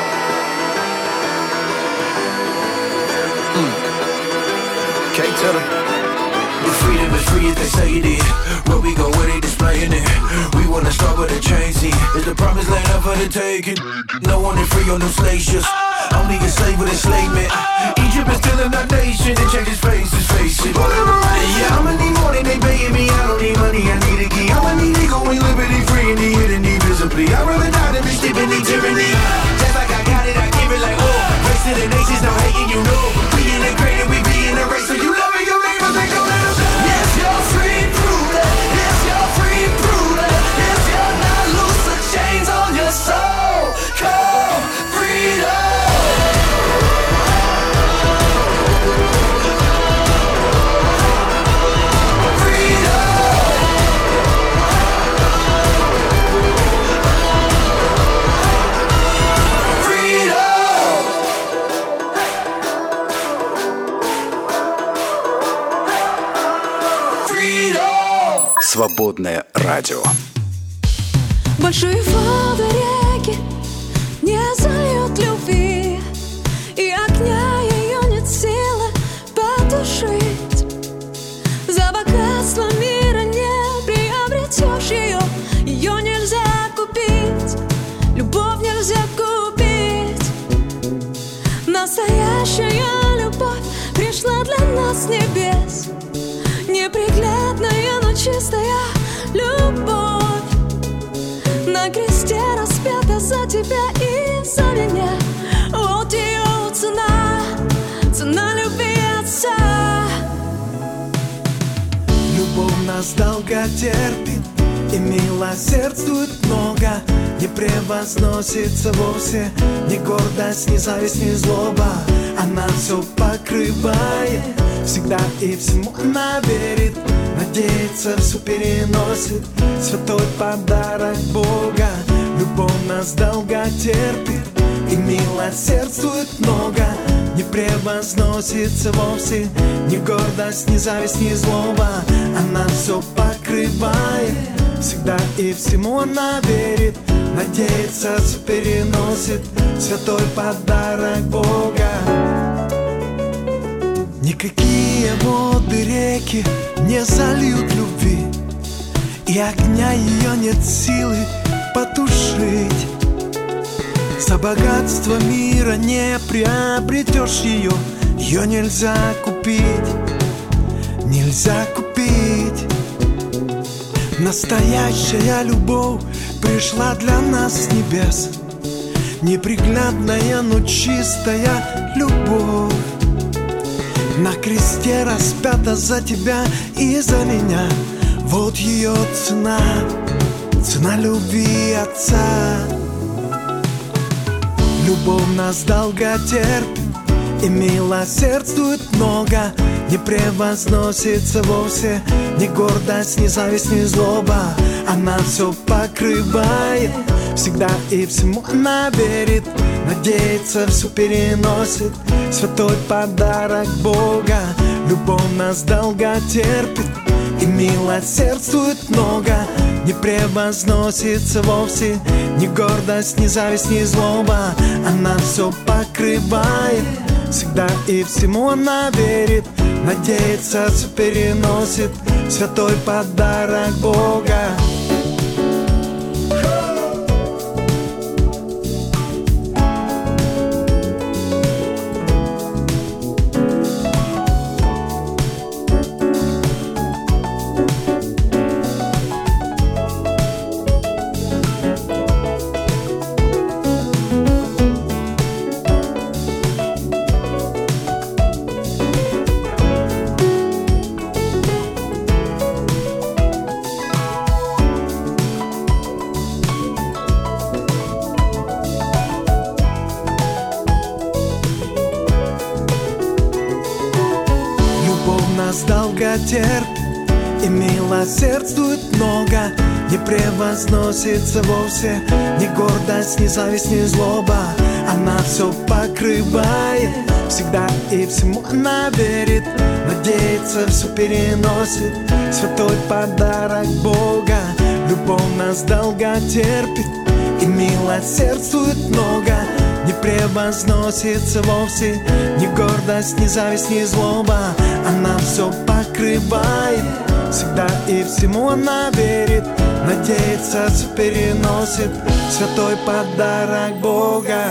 Can't tell them. The freedom is free if they say it is. Where we go, where they displaying it. We wanna start with a chain scene. Is the promised land up for the taking? No one is free on no slave ships. Only a slave with enslavement. Egypt is still in our nation. It changes faces, face it. Yeah, I'ma need more than they paying me. I don't need money, I need a key. I'ma need ego and liberty, free and the hidden invisibly. I'd rather die than be steeping in tyranny. Just like I got it, I give it like, oh. Race to the nations, no hating, you know. We integrated, we be in a race. So you love it, your neighbors, they gon' let us know. If you're free, prove it. If you're free, prove it. If you're not loose, the chains on your soul. Come, freedom. Свободное радио. Большие воды реки не зальют любви, и огня ее нет силы потушить. За богатство мира не приобретешь ее, ее нельзя купить, любовь нельзя купить. Настоящая любовь пришла с небес. Неприглядная, но чистая любовь. На кресте распята за тебя и за меня. Вот ее цена, цена любви Отца. Любовь нас долго терпит и милосердствует много. Не превозносится вовсе ни гордость, ни зависть, ни злоба. Она все покрывает, всегда и всему она верит. Надеется, все переносит, святой подарок Бога. Любовь нас долго терпит и милосердствует много. Не превозносится вовсе ни гордость, ни зависть, ни злоба. Она все покрывает, всегда и всему она верит. Надеется, все переносит, святой подарок Бога. Никакие воды реки не зальют любви, и огня ее нет силы потушить. За богатство мира не приобретешь ее, ее нельзя купить, нельзя купить. Настоящая любовь пришла для нас с небес. Неприглядная, но чистая любовь. На кресте распята за тебя и за меня. Вот ее цена, цена любви Отца. Любовь нас долго терпит и милосердствует много. Не превозносится вовсе ни гордость, ни зависть, ни злоба. Она все покрывает, всегда и всему она верит. Надеется, все переносит, святой подарок Бога. Любовь нас долго терпит и милосердствует много. Не превозносится вовсе ни гордость, ни зависть, ни злоба. Она все покрывает, всегда и всему она верит. Надеется, все переносит, святой подарок Бога. Терпит и милосердствует много. Не превозносится вовсе ни гордость, ни зависть, ни злоба. Она все покрывает, всегда и всему она верит. Надеется, все переносит, святой подарок Бога. Любовь нас долго терпит и милосердствует много. Не превозносится вовсе ни гордость, ни зависть, ни злоба. Она все покрывает, всегда и всему она верит. Надеется, все переносит, святой подарок Бога.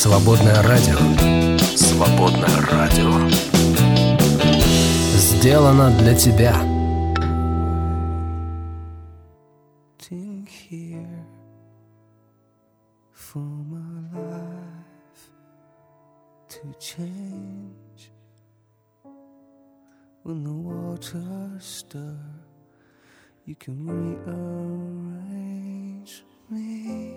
Свободное радио. Свободное радио. Сделано для тебя. When the waters stir, you can rearrange me.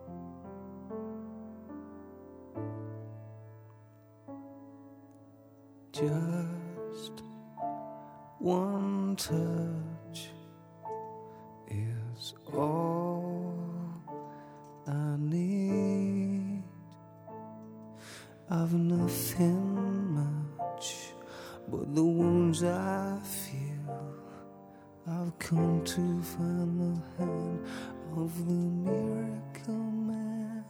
Just one touch is all I need. I've nothing much but the wounds I feel. I've come to find the hand of the miracle man.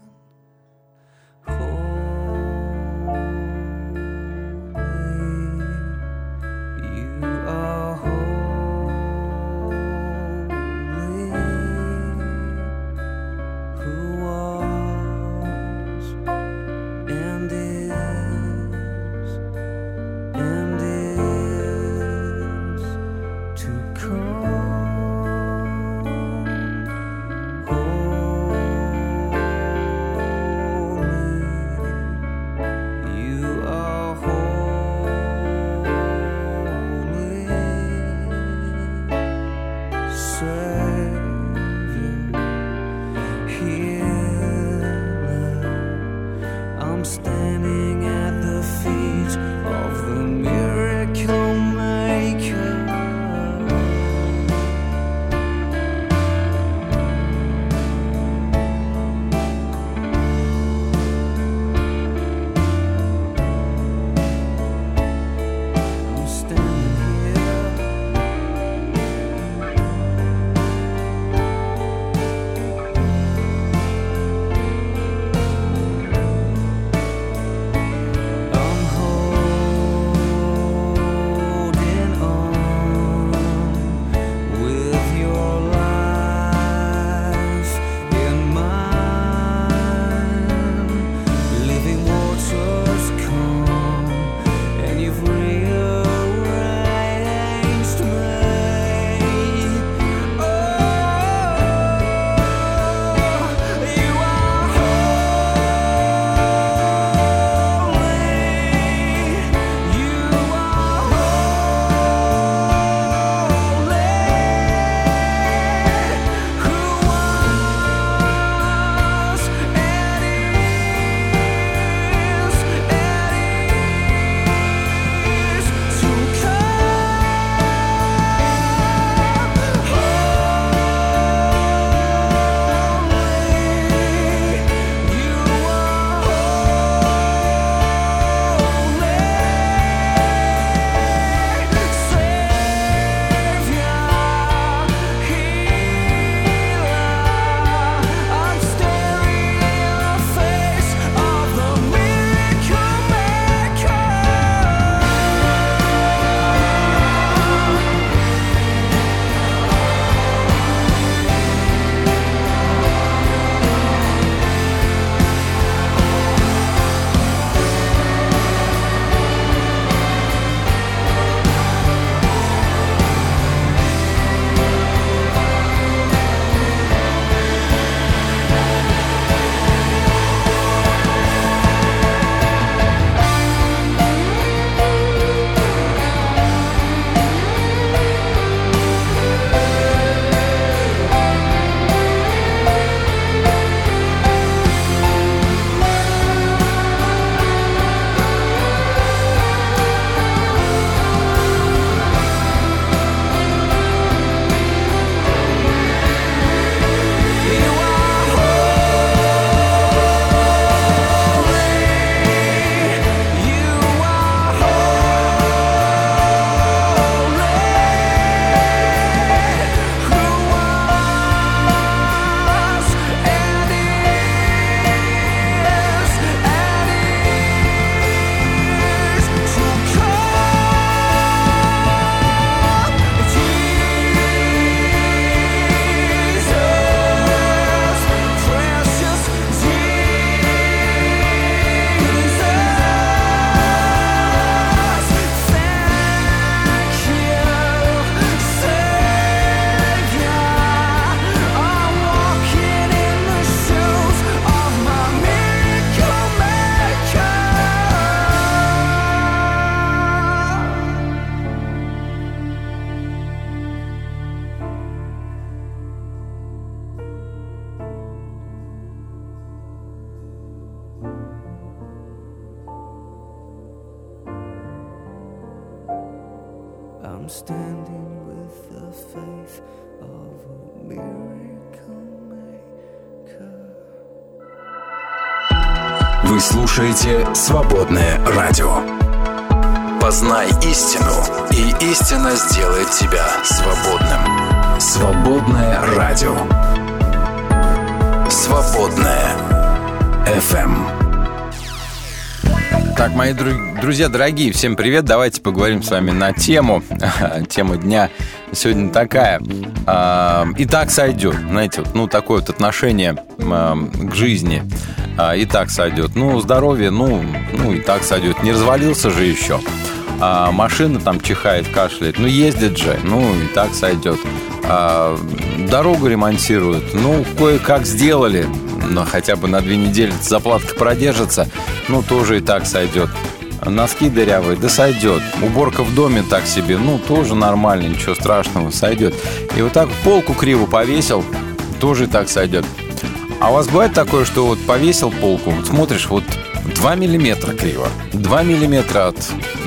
Holy, you are holy. Who was and is and is to come. Holy, you I'm standing with the faith of a miracle maker. Вы слушаете «Свободное радио». Познай истину, и истина сделает тебя свободным. «Свободное радио». «Свободное эф эм». Так, мои друзья дорогие, всем привет. Давайте поговорим с вами на тему. Тема дня сегодня такая. И так сойдет. Знаете, вот, ну, такое вот отношение к жизни. И так сойдет. Ну, здоровье, ну, ну, и так сойдет. Не развалился же еще. А машина там чихает, кашляет. Ну, ездит же. Ну, и так сойдет. А, дорогу ремонтируют. Ну, кое-как сделали. Но хотя бы на две недели заплатка продержится. Ну, тоже и так сойдет. Носки дырявые, да сойдет. Уборка в доме так себе, ну, тоже нормально, ничего страшного, сойдет. И вот так полку криво повесил, тоже и так сойдет. А у вас бывает такое, что вот повесил полку, вот смотришь, вот два миллиметра криво. два миллиметра от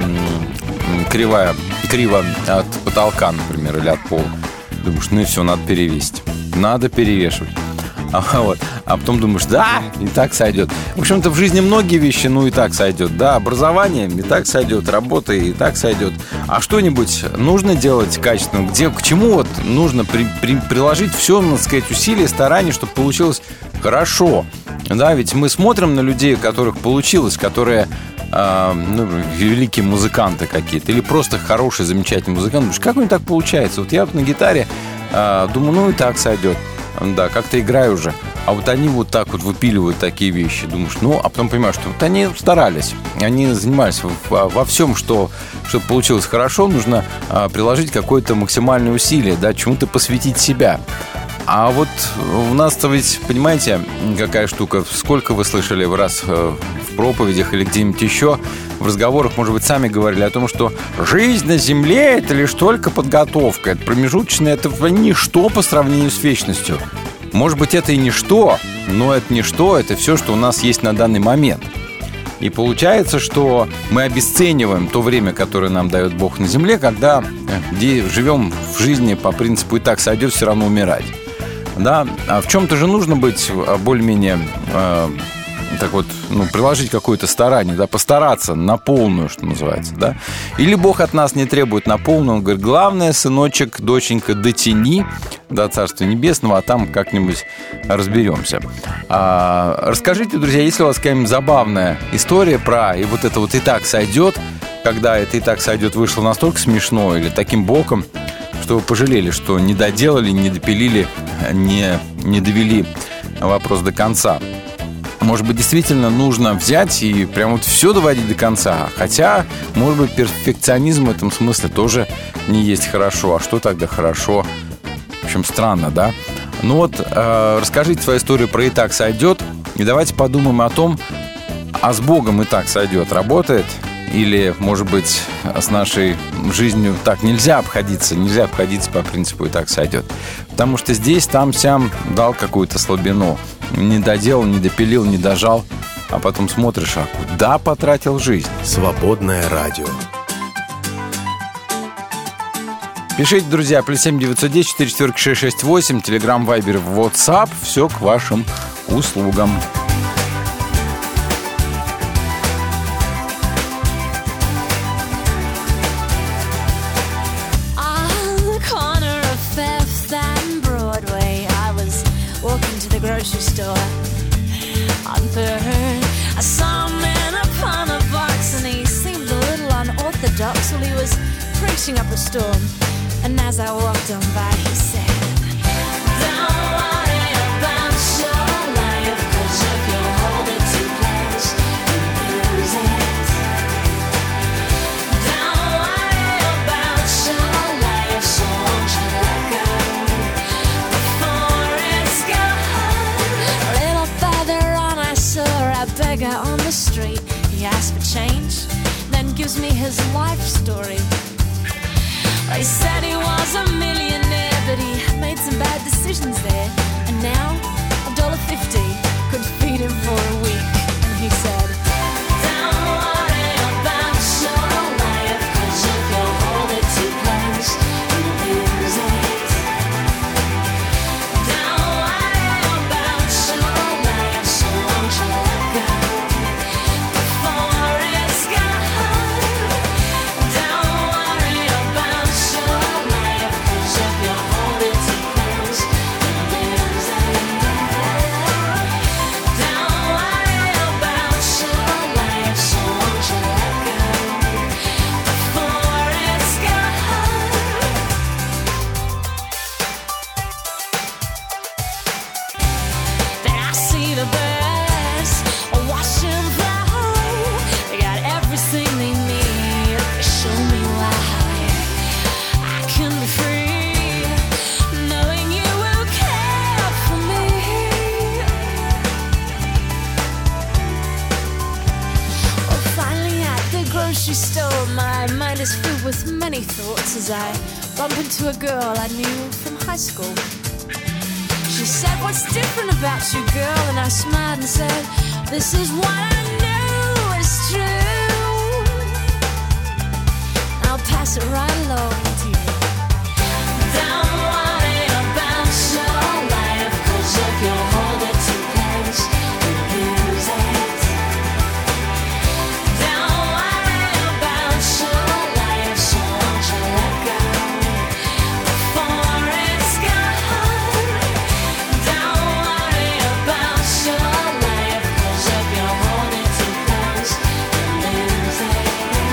м- кривая, криво от потолка, например, или от пола. Думаешь, ну и все, надо перевесить. Надо перевешивать. А, вот. а потом думаешь, да, и так сойдет. В общем-то, в жизни многие вещи, ну, и так сойдет. Да, образование и так сойдет, работа и так сойдет. А что-нибудь нужно делать качественно? Где, к чему вот нужно при, при, приложить все, надо сказать, усилия, старания, чтобы получилось хорошо? Да, ведь мы смотрим на людей, у которых получилось, которые э, ну, великие музыканты какие-то, или просто хорошие, замечательные музыканты. Думаешь, как у них так получается? Вот я вот на гитаре э, думаю, ну, и так сойдет. Да, как-то играю уже. А вот они вот так вот выпиливают такие вещи. Думаешь, ну, а потом понимаешь, что вот они старались. Они занимались во, во всем, что, чтобы получилось хорошо, нужно а, приложить какое-то максимальное усилие, да, чему-то посвятить себя. А вот у нас-то ведь, понимаете, какая штука? Сколько вы слышали в раз в проповедях или где-нибудь еще, в разговорах, может быть, сами говорили о том, что жизнь на земле – это лишь только подготовка. Это промежуточное, это ничто по сравнению с вечностью. Может быть, это и ничто, но это ничто, это все, что у нас есть на данный момент. И получается, что мы обесцениваем то время, которое нам дает Бог на земле, когда живем в жизни по принципу «и так сойдет, все равно умирать». Да? А в чем-то же нужно быть более-менее э, так вот, ну, приложить какое-то старание, да, постараться на полную, что называется, да. Или Бог от нас не требует на полную, Он говорит, главное, сыночек, доченька, дотяни до Царства Небесного, а там как-нибудь разберемся. А, расскажите, друзья, есть ли у вас какая-нибудь забавная история про и вот это вот «и так сойдет», когда это «и так сойдет» вышло настолько смешно или таким боком, что вы пожалели, что не доделали, не допилили, не, не довели вопрос до конца. Может быть, действительно нужно взять и прям вот все доводить до конца. Хотя, может быть, перфекционизм в этом смысле тоже не есть хорошо. А что тогда хорошо? В общем, странно, да? Ну вот, э, расскажите свою историю про «и так сойдет». И давайте подумаем о том, а с Богом «и так сойдет» работает? Или, может быть, с нашей жизнью так нельзя обходиться, нельзя обходиться по принципу «и так сойдет». Потому что здесь, там, сям дал какую-то слабину. Не доделал, не допилил, не дожал. А потом смотришь, а куда потратил жизнь? Свободное радио. Пишите, друзья, плюс семь девятьсот десять четыре четыре шесть шесть восемь, Телеграм, Вайбер, WhatsApp. Все к вашим услугам. Grocery store on third. I saw a man upon a box and he seemed a little unorthodox. Well, he was preaching up a storm, and as I walked on by, he said, don't worry about your life, 'cause if you hold it too close, you lose it. Don't worry about your life, so won't you let go before it's gone. Beggar on the street, he asks for change, then gives me his life story. They said he was a millionaire, but he made some bad decisions there, and now a dollar fifty could feed him for a week. And he said, don't worry about your life, 'cause if you hold it too close, grocery store, my mind is filled with many thoughts as I bump into a girl I knew from high school. She said, "What's different about you, girl?" And I smiled and said, "This is what I know is true." I'll pass it right along to you. Don't worry about your life, 'cause if you hold it too close, you lose it. Don't worry about your life, so won't you let go before it's gone. Don't worry about your life, 'cause if you hold it too close, you lose it.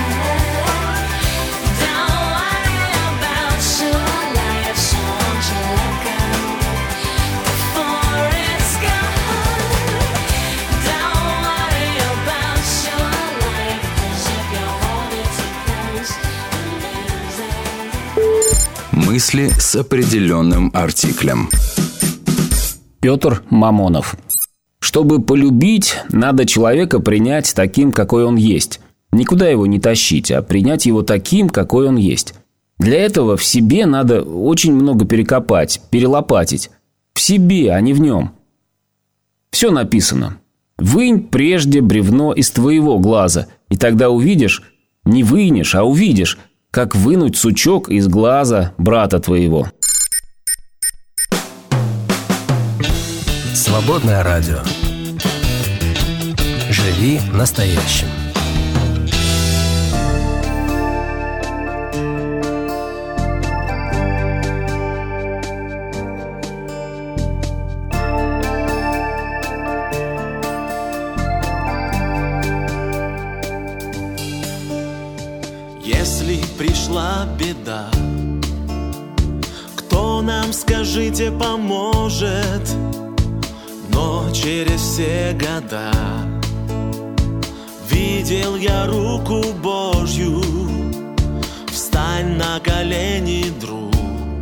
Don't worry about your life, so won't you let go before it's gone. Don't worry about your life, 'cause if you hold it too close, you lose it. Мысли с определенным артиклем. Петр Мамонов. Чтобы полюбить, надо человека принять таким, какой он есть. Никуда его не тащить, а принять его таким, какой он есть. Для этого в себе надо очень много перекопать, перелопатить. В себе, а не в нем. Все написано. Вынь прежде бревно из твоего глаза, и тогда увидишь, не вынешь, а увидишь, как вынуть сучок из глаза брата твоего. Свободное радио. Живи настоящим. Если пришла беда, кто нам, скажите, поможет? Но через все года видел я руку Божью. Встань на колени, друг.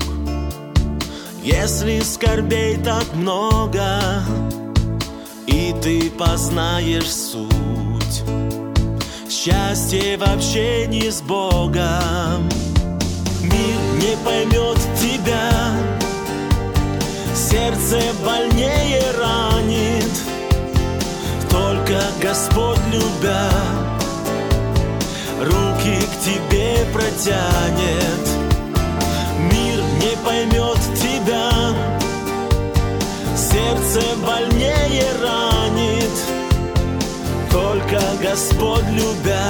Если скорбей так много, и ты познаешь суть, счастье в общении с Богом. Мир не поймет тебя, сердце больнее ранит. Только Господь, любя, руки к тебе протянет. Мир не поймет тебя, сердце больнее ранит. Только Господь, любя,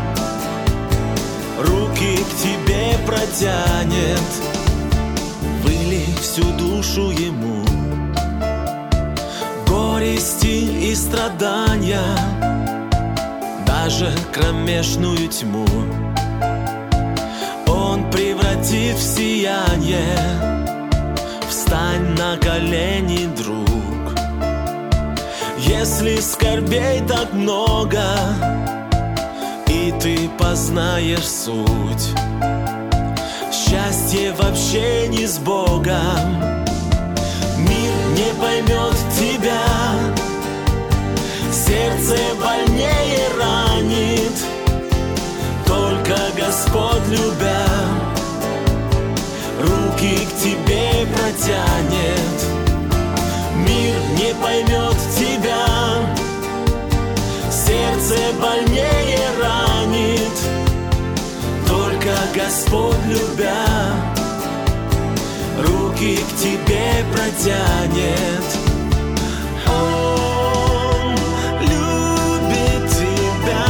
руки к тебе протянет. Выли всю душу Ему, горести и страдания, даже кромешную тьму Он превратит в сияние. Встань на колени, друг. Если скорбей так много, и ты познаешь суть, счастье в общении с Богом. Мир не поймет тебя, сердце больнее ранит. Только Господь, любя, руки к тебе протянет. Мир не поймет тебя, сердце больнее ранит. Только Господь, любя, руки к тебе протянет. Он любит тебя,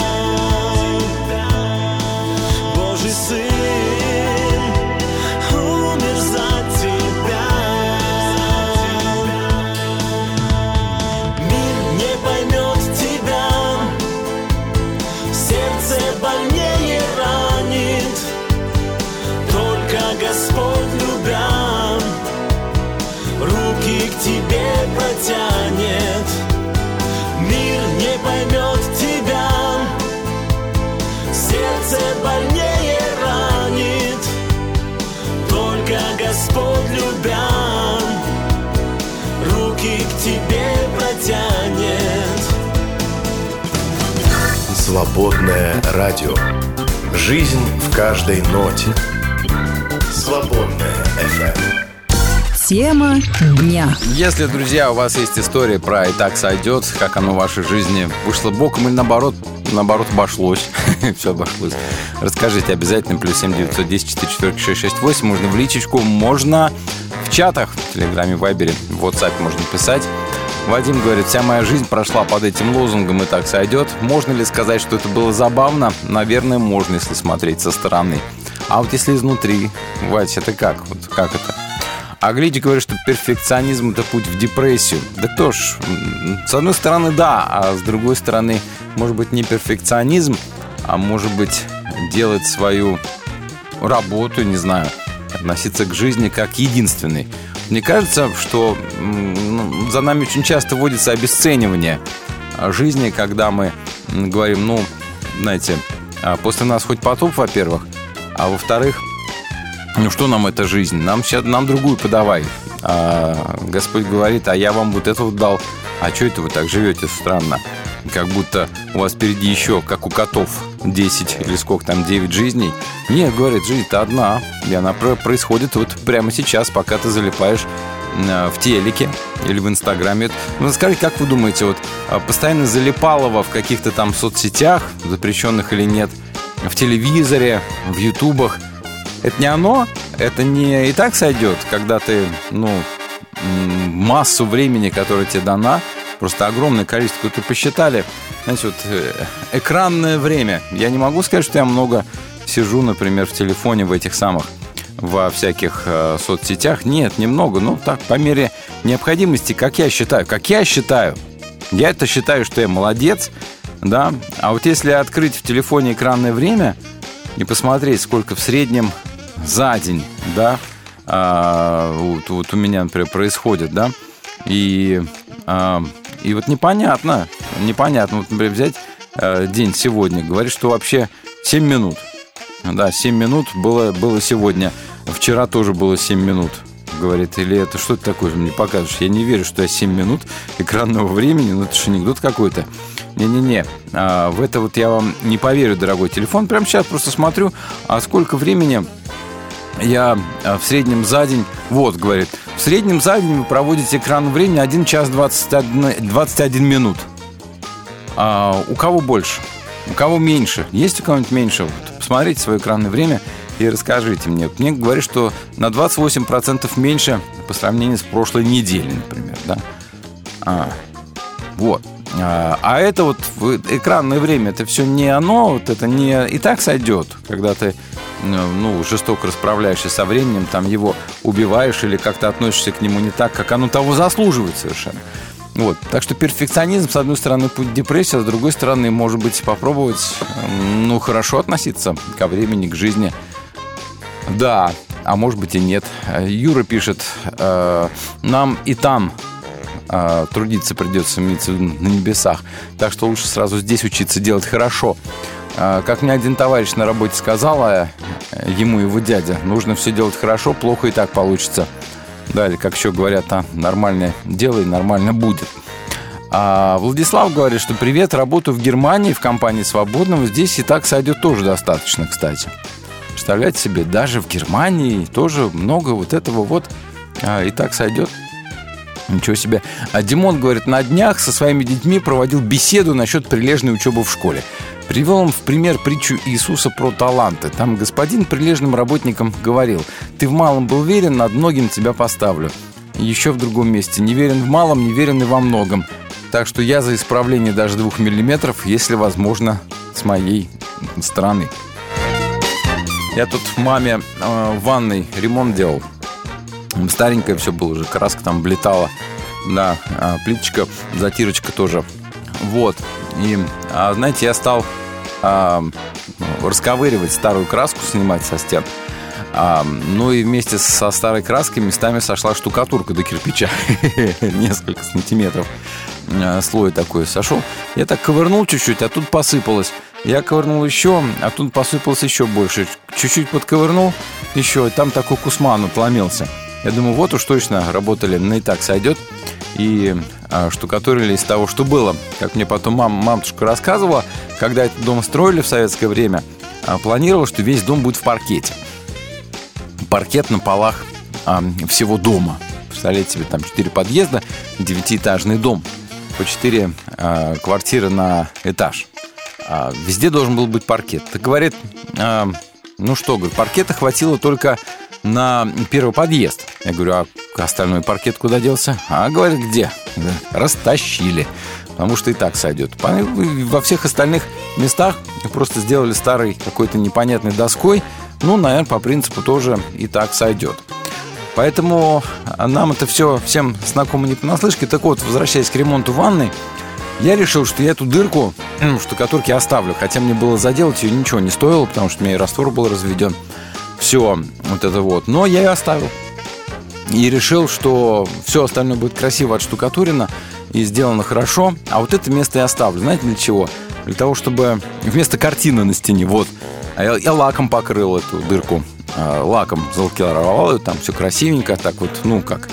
Божий Сын умер за тебя. Мир не поймет тебя, сердце больнее ранит. Только Господь, любя, руки к тебе протянет. Мир не поймет тебя, сердце больнее ранит. Только Господь, любя, руки к тебе протянет. Свободное радио. Жизнь в каждой ноте. Свободное эф эм. Тема дня. Если, друзья, у вас есть история про «И так сойдет», как оно в вашей жизни вышло боком или наоборот, наоборот обошлось, все обошлось, расскажите обязательно. Плюс семь девятьсот десять четыре четыре шесть шесть восемь. Можно в личечку, можно в чатах, в Телеграме, в Вайбере, в WhatsApp можно писать. Вадим говорит: вся моя жизнь прошла под этим лозунгом «И так сойдет». Можно ли сказать, что это было забавно? Наверное, можно, если смотреть со стороны. А вот если изнутри, Вадь, это как? Вот как это? А Глич говорит, что перфекционизм – это путь в депрессию. Да тоже, с одной стороны, да, а с другой стороны, может быть, не перфекционизм, а может быть, делать свою работу, не знаю, относиться к жизни как единственной. Мне кажется, что ну, за нами очень часто вводится обесценивание жизни, когда мы говорим, ну, знаете, после нас хоть потоп, во-первых, а во-вторых, ну что нам эта жизнь? Нам сейчас нам другую подавай. А Господь говорит: а я вам вот это вот дал. А что это вы так живете странно? Как будто у вас впереди еще, как у котов, десять или сколько там, девять жизней. Нет, говорит, жизнь-то одна. И она происходит вот прямо сейчас, пока ты залипаешь в телеке или в Инстаграме. Ну, скажите, как вы думаете, вот постоянно залипалово в каких-то там соцсетях, запрещенных или нет, в телевизоре, в ютубах, это не оно, это не «И так сойдет», когда ты, ну, массу времени, которое тебе дана, просто огромное количество, вы посчитали, знаете, вот экранное время. Я не могу сказать, что я много сижу, например, в телефоне, в этих самых, во всяких э, соцсетях. Нет, немного, ну, так, по мере необходимости, как я считаю. Как я считаю. Я это считаю, что я молодец, да. А вот если открыть в телефоне экранное время и посмотреть, сколько в среднем за день, да, а, вот, вот у меня, например, происходит, да, и, а, и вот непонятно, непонятно, вот, например, взять а, день сегодня, говорит, что вообще семь минут, да, семь минут было, было сегодня, вчера тоже было семь минут, говорит, или это что-то такое, мне покажешь, я не верю, что я семь минут экранного времени, ну это же анекдот какой-то. Не-не-не, а, в это вот я вам не поверю, дорогой телефон. Прямо сейчас просто смотрю, а сколько времени я а, в среднем за день... Вот, говорит, в среднем за день вы проводите экранное время один час двадцать один минут. А у кого больше? У кого меньше? Есть у кого-нибудь меньше? Вот, посмотрите свое экранное время и расскажите мне. Мне говорят, что на двадцать восемь процентов меньше по сравнению с прошлой неделей, например, да? А, вот. А это вот экранное время, это все не оно, вот это не «И так сойдет», когда ты, ну, жестоко расправляешься со временем, там его убиваешь или как-то относишься к нему не так, как оно того заслуживает совершенно. Вот. Так что перфекционизм, с одной стороны, путь депрессии, а с другой стороны, может быть, попробовать, ну, хорошо относиться ко времени, к жизни. Да, а может быть и нет. Юра пишет: нам и там трудиться придется, имеется в виду, на небесах. Так что лучше сразу здесь учиться делать хорошо. Как мне один товарищ на работе сказал, а ему его дядя, нужно все делать хорошо, плохо и так получится. Да, или как еще говорят, а, нормально делай, нормально будет. А Владислав говорит, что привет, работаю в Германии в компании Свободного. Здесь «И так сойдет» тоже достаточно, кстати. Представляете себе, даже в Германии тоже много вот этого вот а, «И так сойдет». Ничего себе. А Димон говорит, на днях со своими детьми проводил беседу насчет прилежной учебы в школе. Привел им в пример притчу Иисуса про таланты. Там господин прилежным работникам говорил: ты в малом был верен, над многим тебя поставлю. Еще в другом месте: не верен в малом, не верен и во многом. Так что я за исправление даже двух миллиметров, если возможно, с моей стороны. Я тут маме э, в ванной ремонт делал. Старенькое все было уже, краска там облетала. Да, а плиточка, затирочка тоже. Вот. И, а, знаете, я стал а, расковыривать старую краску, снимать со стен. А, ну и вместе со старой краской местами сошла штукатурка до кирпича. Несколько сантиметров слой такой сошел. Я так ковырнул чуть-чуть, а тут посыпалось. Я ковырнул еще, а тут посыпалось еще больше. Чуть-чуть подковырнул еще, и там такой кусман отломился. Я думаю, вот уж точно работали на «И так сойдет». И а, штукатурили из того, что было. Как мне потом мама, матушка рассказывала, когда этот дом строили в советское время, а, планировал, что весь дом будет в паркете. Паркет на полах а, всего дома. Представляете себе, там четыре подъезда, девятиэтажный дом, по четыре а, квартиры на этаж. А, везде должен был быть паркет. Так говорит, а, ну что, говорит, паркета хватило только на первый подъезд. Я говорю, а остальной паркет куда делся? А, говорит, где? Растащили, потому что и так сойдет. Во всех остальных местах просто сделали старой какой-то непонятной доской. Ну, наверное, по принципу тоже и так сойдет. Поэтому нам это все всем знакомо не понаслышке. Так вот, возвращаясь к ремонту ванной, я решил, что я эту дырку в штукатурке оставлю. Хотя мне было заделать ее ничего не стоило, потому что у меня и раствор был разведен. Все вот это вот. Но я ее оставил. И решил, что все остальное будет красиво отштукатурено и сделано хорошо. А вот это место я оставлю. Знаете, для чего? Для того, чтобы вместо картины на стене, вот, я, я лаком покрыл эту дырку. Лаком залакировал ее, там все красивенько. Так вот, ну как,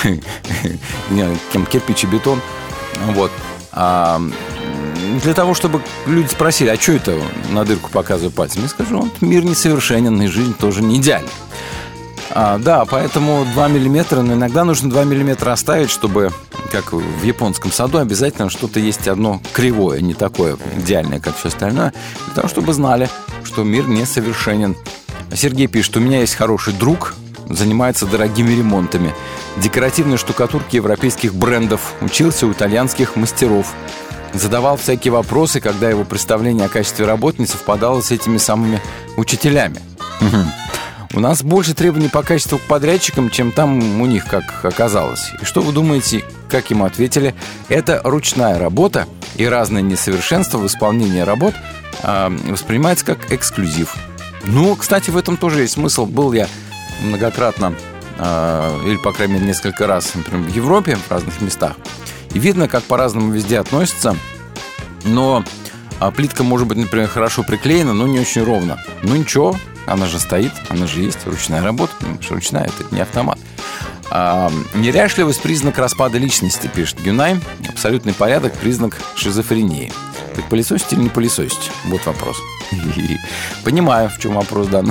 кирпич и бетон. Вот. А, для того, чтобы люди спросили, а что это на дырку показываю пальцем, я скажу, вот, мир несовершенен, и жизнь тоже не идеальна. А, да, поэтому два миллиметра, но иногда нужно два миллиметра оставить, чтобы, как в японском саду, обязательно что-то есть одно кривое, не такое идеальное, как все остальное, для того, чтобы знали, что мир несовершенен. Сергей пишет, у меня есть хороший друг, занимается дорогими ремонтами. Декоративной штукатурки европейских брендов. Учился у итальянских мастеров. Задавал всякие вопросы, когда его представление о качестве работы не совпадало с этими самыми учителями. У нас больше требований по качеству к подрядчикам, чем там у них, как оказалось. И что вы думаете, как ему ответили? Это ручная работа, и разное несовершенство в исполнении работ э, воспринимается как эксклюзив. Ну, кстати, в этом тоже есть смысл. Был я многократно, э, или, по крайней мере, несколько раз, например, в Европе, в разных местах. И видно, как по-разному везде относятся. Но э, плитка может быть, например, хорошо приклеена, но не очень ровно. Ну, ничего, она же стоит, она же есть, ручная работа. Ручная, это не автомат. А, неряшливость – признак распада личности, пишет Гюнай. Абсолютный порядок – признак шизофрении. Так пылесосить или не пылесосить? Вот вопрос. Понимаю, в чем вопрос, да.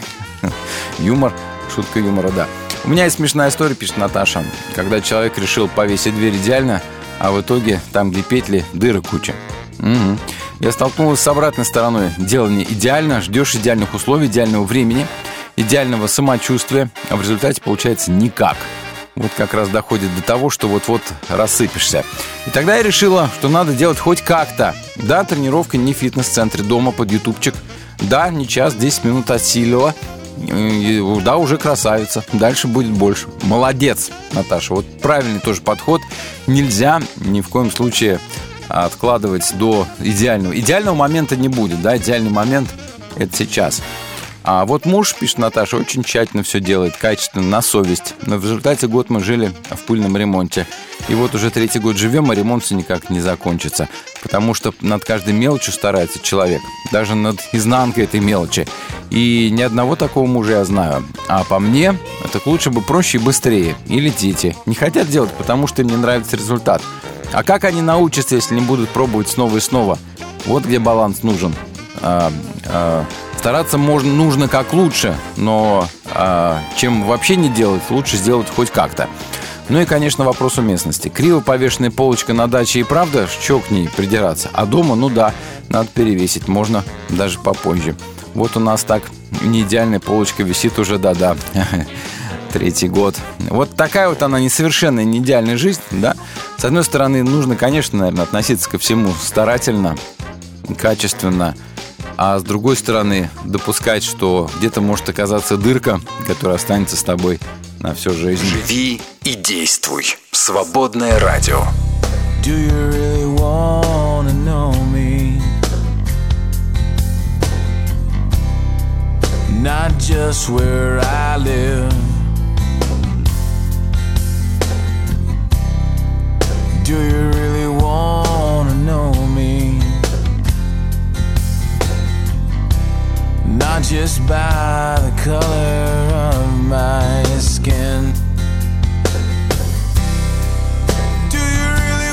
Юмор, шутка юмора, да. У меня есть смешная история, пишет Наташа. Когда человек решил повесить дверь идеально, а в итоге там, где петли, дыры куча. Угу. Я столкнулась с обратной стороной. Делание идеально, ждешь идеальных условий, идеального времени, идеального самочувствия, а в результате получается никак. Вот как раз доходит до того, что вот-вот рассыпешься. И тогда я решила, что надо делать хоть как-то. Да, тренировка не в фитнес-центре, дома под ютубчик. Да, не час, десять минут отсилила. И, да, уже красавица. Дальше будет больше. Молодец, Наташа. Вот правильный тоже подход. Нельзя ни в коем случае откладывать до идеального. Идеального момента не будет, да, идеальный момент – это сейчас. А вот муж, пишет Наташа, очень тщательно все делает, качественно, на совесть. Но в результате год мы жили в пыльном ремонте. И вот уже третий год живем, а ремонт все никак не закончится. Потому что над каждой мелочью старается человек. Даже над изнанкой этой мелочи. И ни одного такого мужа я знаю. А по мне, так лучше бы проще и быстрее. Или дети. Не хотят делать, потому что им не нравится результат. А как они научатся, если не будут пробовать снова и снова? Вот где баланс нужен. А, а, стараться можно, нужно как лучше, но а, чем вообще не делать, лучше сделать хоть как-то. Ну и, конечно, вопрос уместности. Криво повешенная полочка на даче и правда, что к ней придираться? А дома, ну да, надо перевесить, можно даже попозже. Вот у нас так не идеальная полочка висит уже, да-да, третий год. Вот такая вот она несовершенная, не идеальная жизнь, да. С одной стороны, нужно, конечно, наверное, относиться ко всему старательно, качественно. А с другой стороны, допускать, что где-то может оказаться дырка, которая останется с тобой на всю жизнь. Живи и действуй. Свободное радио. Do you really wanna know me? Not just where I live. Do you really wanna know me? Not just by the color of my skin. Do you really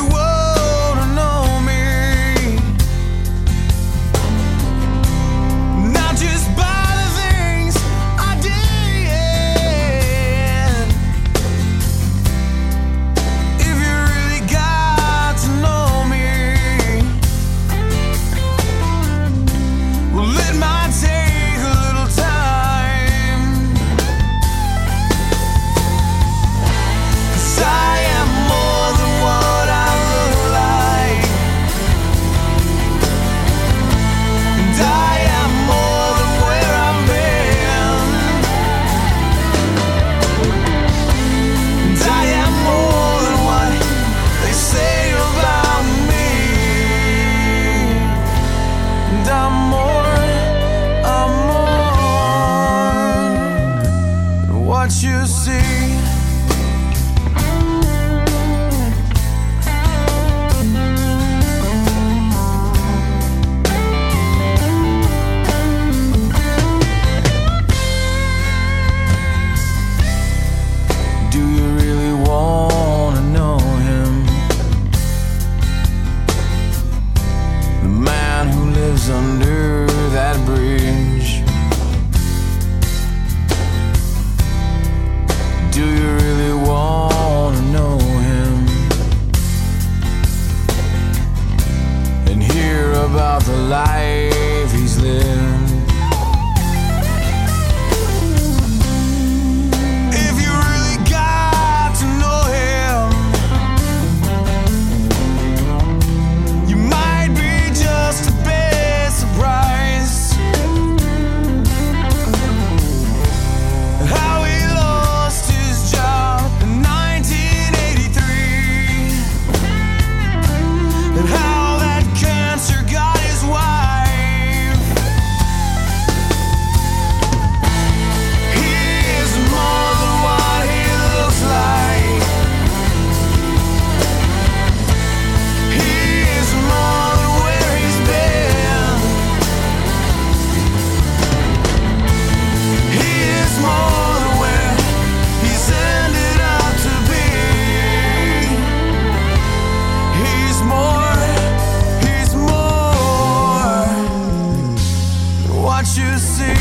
see.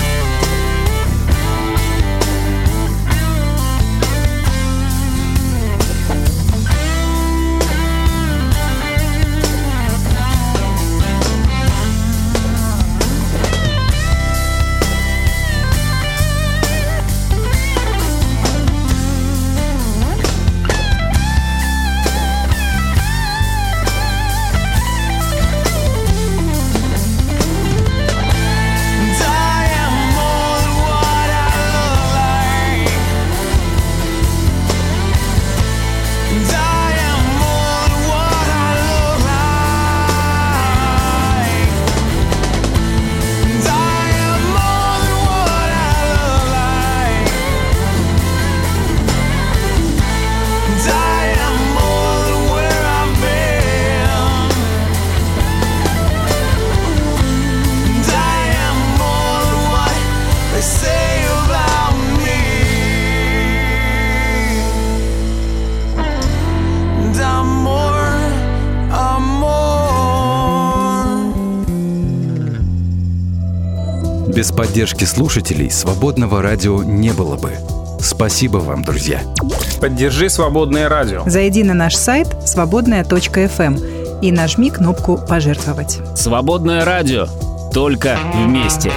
Без поддержки слушателей «Свободного радио» не было бы. Спасибо вам, друзья. Поддержи «Свободное радио». Зайди на наш сайт свободная точка эф эм и нажми кнопку «Пожертвовать». «Свободное радио». Только вместе.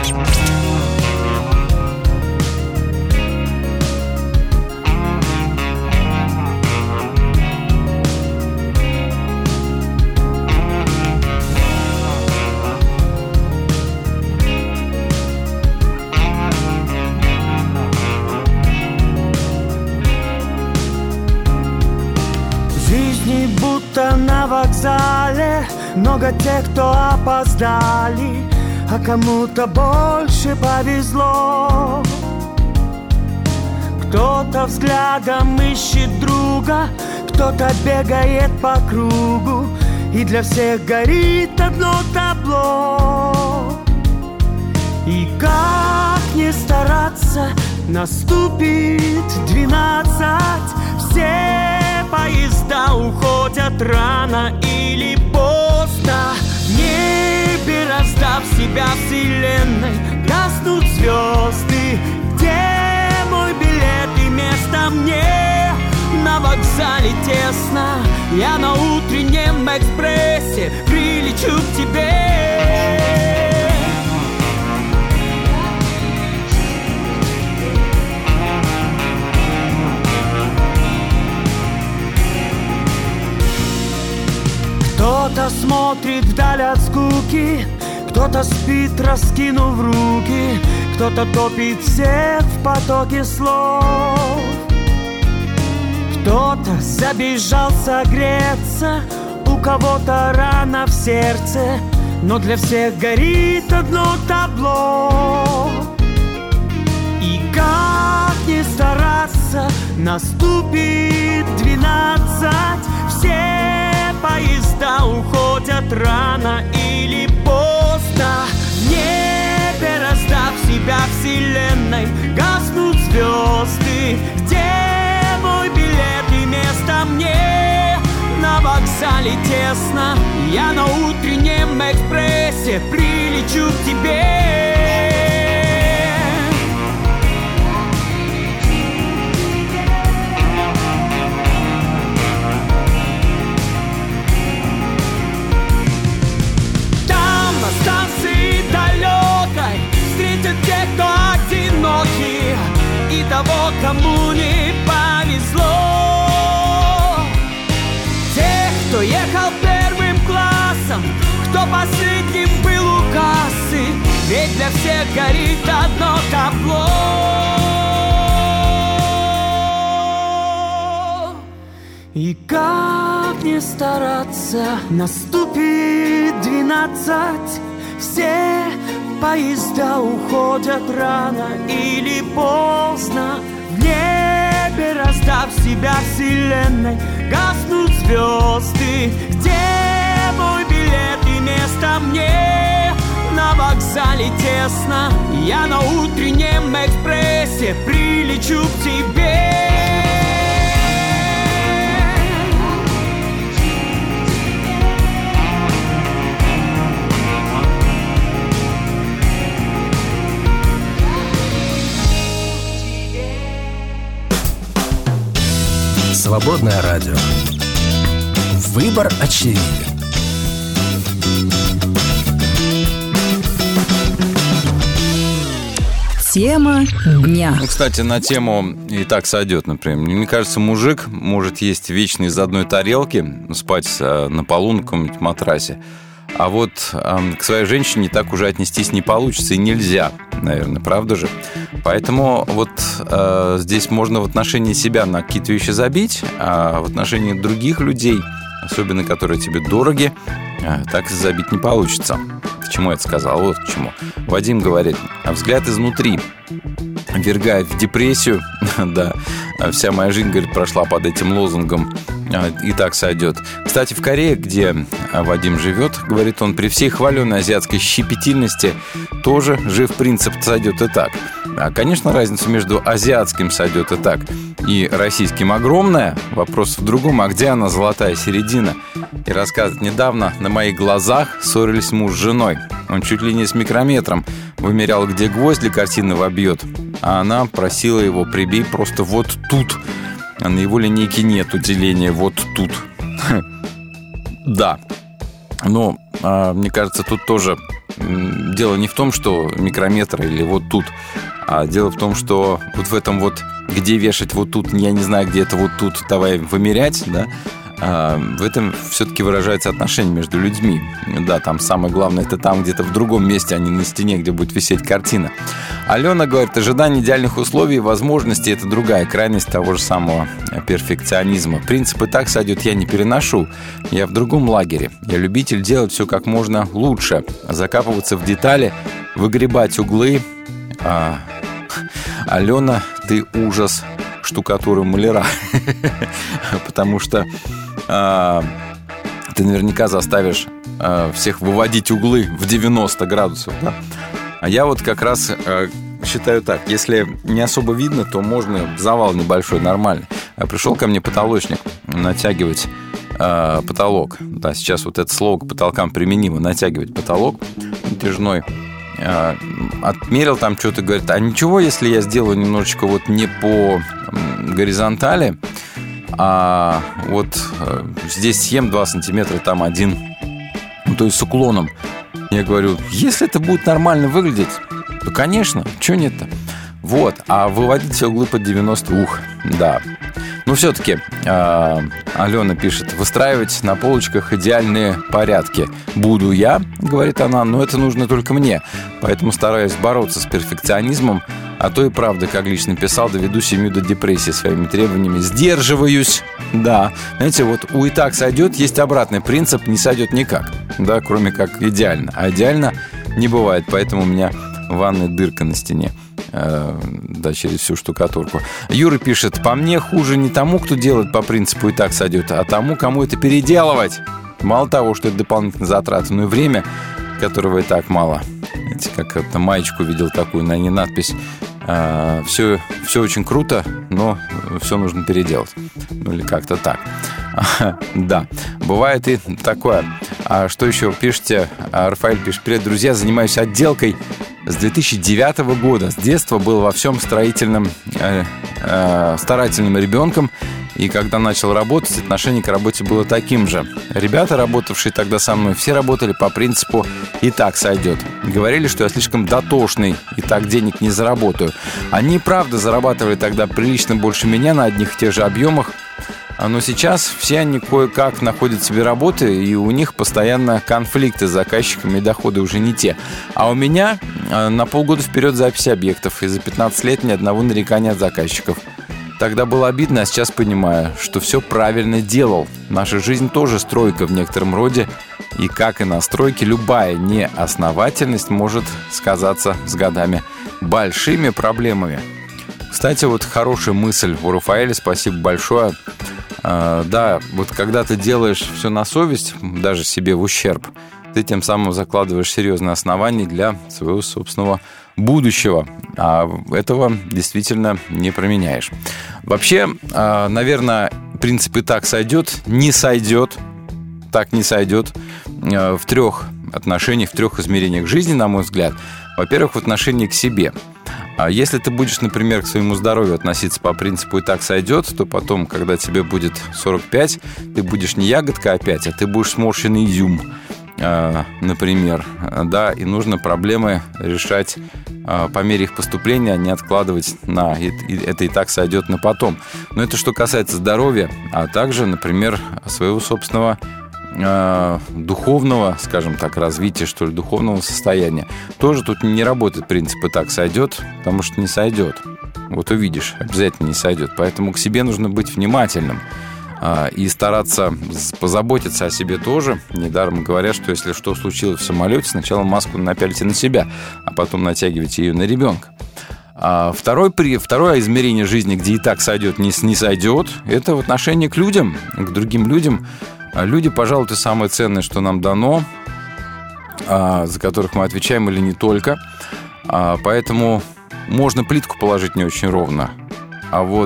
На вокзале много тех, кто опоздали, а кому-то больше повезло. Кто-то взглядом ищет друга, кто-то бегает по кругу, и для всех горит одно табло. И как не стараться, наступит двенадцать, все поезда уходят рано или поздно. В небе, раздав себя вселенной, гаснут звезды. Где мой билет и место мне? На вокзале тесно, я на утреннем экспрессе прилечу к тебе. Кто-то смотрит вдаль от скуки, кто-то спит, раскинув руки, кто-то топит всех в потоке слов. Кто-то забежал согреться, у кого-то рана в сердце, но для всех горит одно табло. И как не стараться, наступит двенадцать, все поезда уходят рано или поздно. В небе, раздав себя вселенной, гаснут звезды. Где мой билет и место мне? На вокзале тесно, я на утреннем экспрессе прилечу к тебе. Станции далекой встретят тех, кто одинокий, и того, кому не повезло. Тех, кто ехал первым классом, кто последним был у кассы, ведь для всех горит одно табло. И как не стараться, наступит двенадцать, все поезда уходят рано или поздно. В небе, раздав себя вселенной, гаснут звезды. Где мой билет и место мне? На вокзале тесно, я на утреннем экспрессе прилечу к тебе. Свободное радио. Выбор очевиден. Тема дня. Ну, кстати, на тему «И так сойдет», например. Мне кажется, мужик может есть вечно из одной тарелки, спать на полу на каком-нибудь матрасе. А вот э, к своей женщине так уже отнестись не получится и нельзя, наверное, правда же? Поэтому вот э, здесь можно в отношении себя на какие-то вещи забить, а в отношении других людей, особенно которые тебе дороги, э, так забить не получится. К чему я это сказал? Вот к чему. Вадим говорит: взгляд изнутри ввергает в депрессию. Да, вся моя жизнь, говорит, прошла под этим лозунгом «И так сойдет». Кстати, в Корее, где Вадим живет, говорит он, при всей хваленой азиатской щепетильности тоже жив принцип «сойдет и так». А, конечно, разница между азиатским «сойдет и так» и российским огромная. Вопрос в другом: а где она, золотая середина? И рассказывает: недавно на моих глазах ссорились муж с женой. Он чуть ли не с микрометром вымерял, где гвоздь для картины вобьет, а она просила его: прибей просто вот тут. А на его линейке нет деления вот тут. Да. Но, мне кажется, тут тоже дело не в том, что микрометр или вот тут, а дело в том, что вот в этом вот, где вешать вот тут, я не знаю, где это вот тут, давай вымерять, да, в этом все-таки выражается отношение между людьми. Да, там самое главное, это там где-то в другом месте, а не на стене, где будет висеть картина. Алена говорит: ожидание идеальных условий и возможностей – это другая крайность того же самого перфекционизма. Принцип «и так сойдет» я не переношу. Я в другом лагере. Я любитель делать все как можно лучше. Закапываться в детали, выгребать углы. А... Алена, ты ужас штукатуры маляра. Потому что а, ты наверняка заставишь а, всех выводить углы в девяносто градусов, да? А я вот как раз а, считаю так: если не особо видно, то можно завал небольшой, нормальный. А пришел ко мне потолочник натягивать а, потолок. Да, сейчас вот это слово к потолкам применимо: натягивать потолок натяжной. А, отмерил там что-то, говорит: а ничего, если я сделаю немножечко вот не по горизонтали, а вот здесь съем два сантиметра, там один, ну, то есть с уклоном. Я говорю: если это будет нормально выглядеть, то, конечно, что нет-то. Вот, а выводить все углы под девяносто, ух, да. Но все-таки э, Алена пишет: выстраивать на полочках идеальные порядки буду я, говорит она, но это нужно только мне. Поэтому стараюсь бороться с перфекционизмом, а то и правда, как лично писал, доведу семью до депрессии своими требованиями. Сдерживаюсь, да. Знаете, вот у «и так сойдет» есть обратный принцип: не сойдет никак, да, кроме как идеально. А идеально не бывает, поэтому у меня в ванной дырка на стене. Да, через всю штукатурку. Юра пишет: по мне хуже не тому, кто делает по принципу «и так сойдет», а тому, кому это переделывать. Мало того, что это дополнительные затраты, но и время, которого и так мало. Знаете, как это маечку видел такую, на ней надпись: все, все очень круто, но все нужно переделать. Ну или как-то так. Да, бывает и такое. А что еще пишете? Рафаэль пишет: привет, друзья, занимаюсь отделкой с две тысячи девятого года. С детства был во всем строительным, э, э, старательным ребенком. И когда начал работать, отношение к работе было таким же. Ребята, работавшие тогда со мной, все работали по принципу «и так сойдет». Говорили, что я слишком дотошный и так денег не заработаю. Они, правда, зарабатывали тогда прилично больше меня на одних и тех же объемах. Но сейчас все они кое-как находят себе работы, и у них постоянно конфликты с заказчиками, и доходы уже не те. А у меня на полгода вперед записи объектов, и за пятнадцать лет ни одного нарекания от заказчиков. Тогда было обидно, а сейчас понимаю, что все правильно делал. Наша жизнь тоже стройка в некотором роде, и как и на стройке, любая неосновательность может сказаться с годами большими проблемами. Кстати, вот хорошая мысль у Рафаэля, спасибо большое. А, да, вот когда ты делаешь все на совесть, даже себе в ущерб, ты тем самым закладываешь серьезные основания для своего собственного будущего. А этого действительно не променяешь. Вообще, наверное, принцип «и так сойдет» не сойдет. Так не сойдет в трех отношениях, в трех измерениях жизни, на мой взгляд. Во-первых, в отношении к себе. А если ты будешь, например, к своему здоровью относиться по принципу «и так сойдет», то потом, когда тебе будет сорок пять, ты будешь не ягодка опять, а ты будешь сморщенный изюм, например. Да, и нужно проблемы решать по мере их поступления, а не откладывать на «это и так сойдет» на потом. Но это что касается здоровья, а также, например, своего собственного духовного, скажем так, развития, что ли, духовного состояния. Тоже тут не работает принцип «и так сойдет», потому что не сойдет. Вот увидишь, обязательно не сойдет. Поэтому к себе нужно быть внимательным и стараться позаботиться о себе тоже. Недаром говорят, что если что случилось в самолете, сначала маску напялите на себя, а потом натягивайте ее на ребенка. А второй, второе измерение жизни, где «и так сойдет», не, не сойдет, это в отношении к людям, к другим людям. Люди, пожалуй, это самое ценное, что нам дано, за которых мы отвечаем или не только. Поэтому можно плитку положить не очень ровно, а вот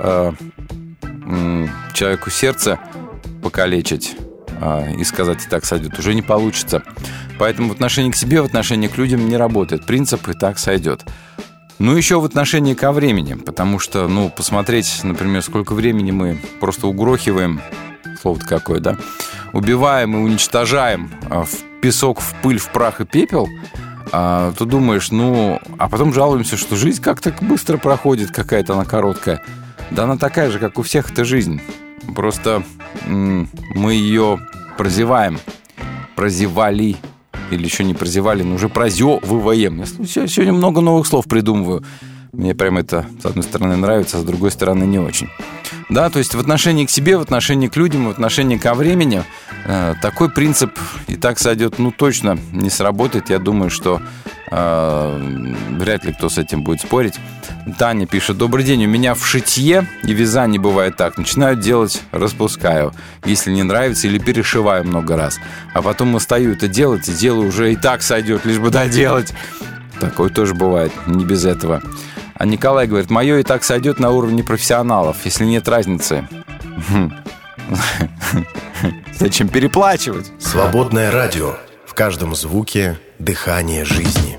человеку сердце покалечить и сказать «и так сойдет» уже не получится. Поэтому в отношении к себе, в отношении к людям не работает принцип «и так сойдет». Ну, еще в отношении ко времени, потому что, ну, посмотреть, например, сколько времени мы просто угрохиваем, слово-то какое, да, убиваем и уничтожаем в песок, в пыль, в прах и пепел, то думаешь, ну, а потом жалуемся, что жизнь как-то быстро проходит, какая-то она короткая. Да она такая же, как у всех, эта жизнь. Просто мы ее прозеваем, прозевали, или еще не прозевали, но уже прозевываем. Я сегодня много новых слов придумываю. Мне прям это, с одной стороны, нравится, а с другой стороны, не очень. Да, то есть в отношении к себе, в отношении к людям, в отношении ко времени э, такой принцип «и так сойдет», ну, точно не сработает. Я думаю, что э, вряд ли кто с этим будет спорить. Таня пишет: «Добрый день, у меня в шитье и вязании бывает так. Начинаю делать, распускаю, если не нравится, или перешиваю много раз. А потом устаю это делать, и делаю уже «и так сойдет», лишь бы доделать». Такое тоже бывает, не без этого. А Николай говорит: «Мое и так сойдет на уровне профессионалов, если нет разницы». Зачем переплачивать? Свободное радио. В каждом звуке дыхание жизни.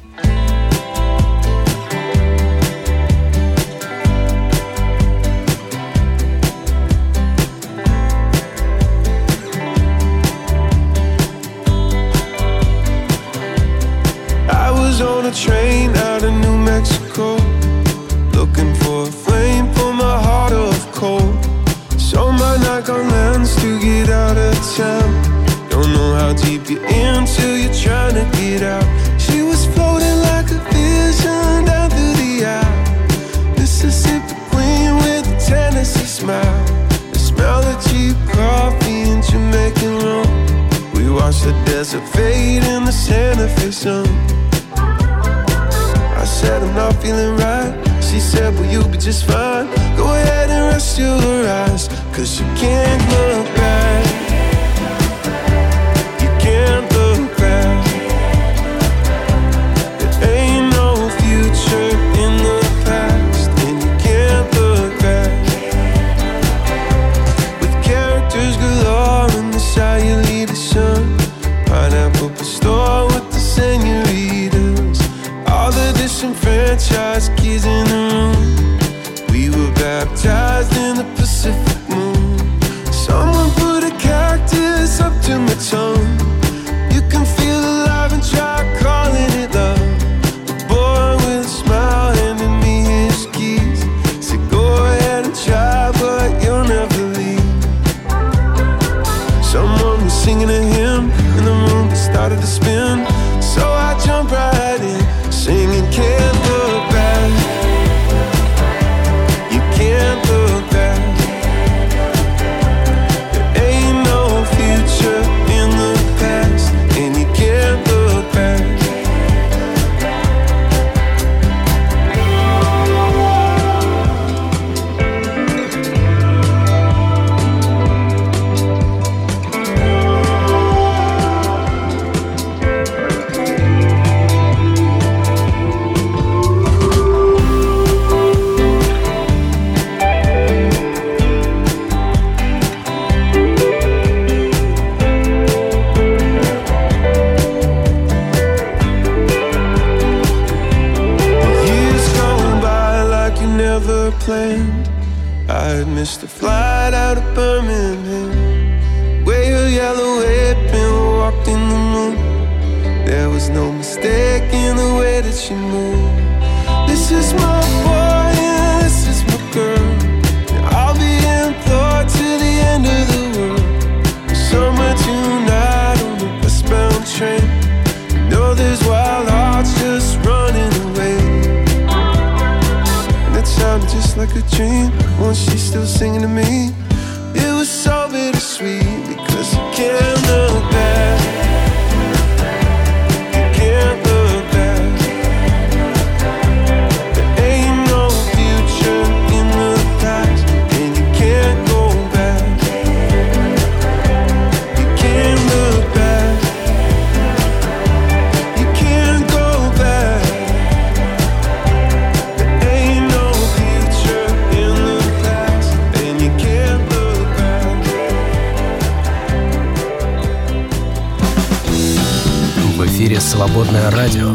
Train out of New Mexico, looking for a flame, for my heart of coal. So my night on lands to get out of town. Don't know how deep you're in till you're trying to get out. She was floating like a vision down through the aisle. Mississippi queen with a Tennessee smile. The smell of cheap coffee and Jamaican rum. We watched the desert fade in the Santa Fe sun. I said I'm not feeling right. She said, well, you'll be just fine. Go ahead and rest your eyes, cause you can't look back. You can't look back. There ain't no future in the past, and you can't look back. With characters galore in the Sayulita sun, pineapple store with the senoritas, all the disenfranchised kids in the room. We were baptized in the Pacific moon. Someone put a cactus up to my tongue. You can feel alive and try calling it love. A boy with a smile handed me his keys. Said go ahead and try, but you'll never leave. Someone was singing a hymn in the room that started to spin. So I jumped right in, singing can't look back. You can't look back. There ain't no future in the past, and you can't look back. plane. I had missed a flight out of Birmingham, where your yellow hairpin walked in the moon. There was no mistake in the way that she moved. This is my boy and this is my girl, and I'll be employed to the end of the world. Somewhere tonight on the westbound train. You know there's wild hearts just running away. And it sounded just like a dream when she's still singing to me. It was so bittersweet because you can't look back. You can't look back. There ain't no future in the past, and you can't go back. You can't look back. You can't go back. There ain't no future in the past, and you can't look back. В эфире «Свободное радио».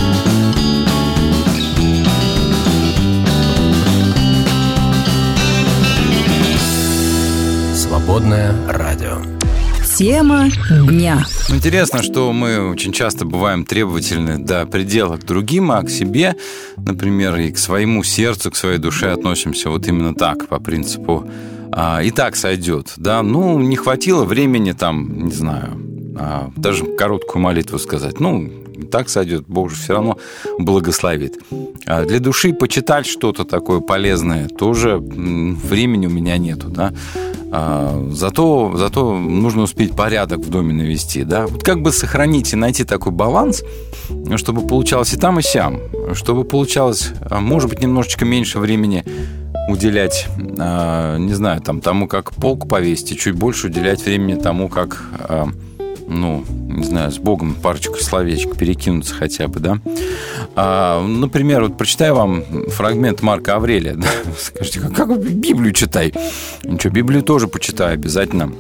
«Свободное радио». Тема дня. Интересно, что мы очень часто бываем требовательны до предела к другим, а к себе, например, и к своему сердцу, к своей душе относимся вот именно так, по принципу а, «и так сойдет». Да? Ну, не хватило времени там, не знаю, а, даже короткую молитву сказать. Ну, и так сойдет, Бог же все равно благословит. А для души почитать что-то такое полезное тоже времени у меня нету, да. А, зато, зато нужно успеть порядок в доме навести, да. Вот как бы сохранить и найти такой баланс, чтобы получалось и там, и сям, чтобы получалось, может быть, немножечко меньше времени уделять, а, не знаю, там, тому, как полку повесить, и чуть больше уделять времени тому, как... А, ну, не знаю, с Богом парочку словечек перекинуться хотя бы, да. А, например, вот прочитаю вам фрагмент Марка Аврелия. Да? Скажите, как, как Библию читай? Ничего, Библию тоже почитай обязательно.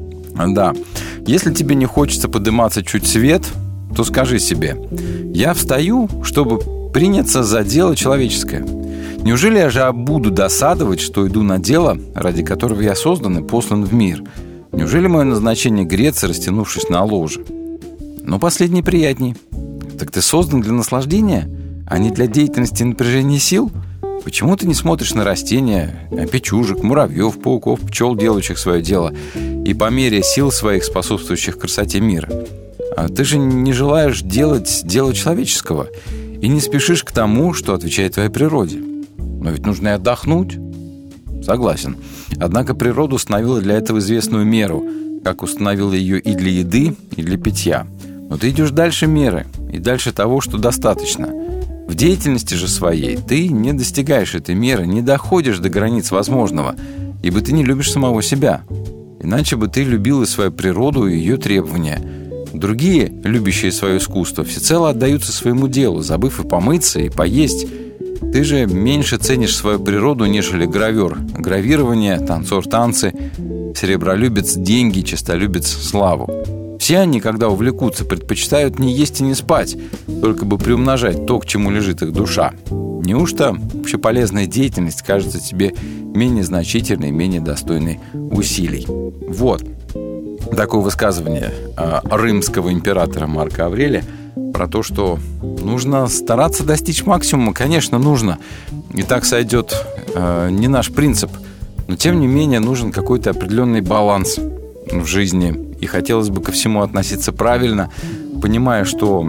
Да. Если тебе не хочется подниматься чуть свет, то скажи себе: я встаю, чтобы приняться за дело человеческое. Неужели я же буду досадовать, что иду на дело, ради которого я создан и послан в мир? Неужели мое назначение греться, растянувшись на ложе? Но последнее приятней. Так ты создан для наслаждения, а не для деятельности и напряжения сил? Почему ты не смотришь на растения, печужек, муравьев, пауков, пчел, делающих свое дело, и по мере сил своих, способствующих красоте мира? А ты же не желаешь делать дело человеческого и не спешишь к тому, что отвечает твоей природе. Но ведь нужно и отдохнуть. Согласен. Однако природа установила для этого известную меру, как установила ее и для еды, и для питья. Но ты идешь дальше меры и дальше того, что достаточно. В деятельности же своей ты не достигаешь этой меры, не доходишь до границ возможного, ибо ты не любишь самого себя. Иначе бы ты любил и свою природу, и ее требования. Другие, любящие свое искусство, всецело отдаются своему делу, забыв и помыться, и поесть. Ты же меньше ценишь свою природу, нежели гравер. Гравирование, танцор танцы, серебролюбец деньги, честолюбец славу. Все они, когда увлекутся, предпочитают не есть и не спать, только бы приумножать то, к чему лежит их душа. Неужто общеполезная деятельность кажется тебе менее значительной, менее достойной усилий? Вот такое высказывание римского императора Марка Аврелия про то, что нужно стараться достичь максимума. Конечно, нужно. И так сойдет э, не наш принцип. Но, тем не менее, нужен какой-то определенный баланс в жизни. И хотелось бы ко всему относиться правильно, понимая, что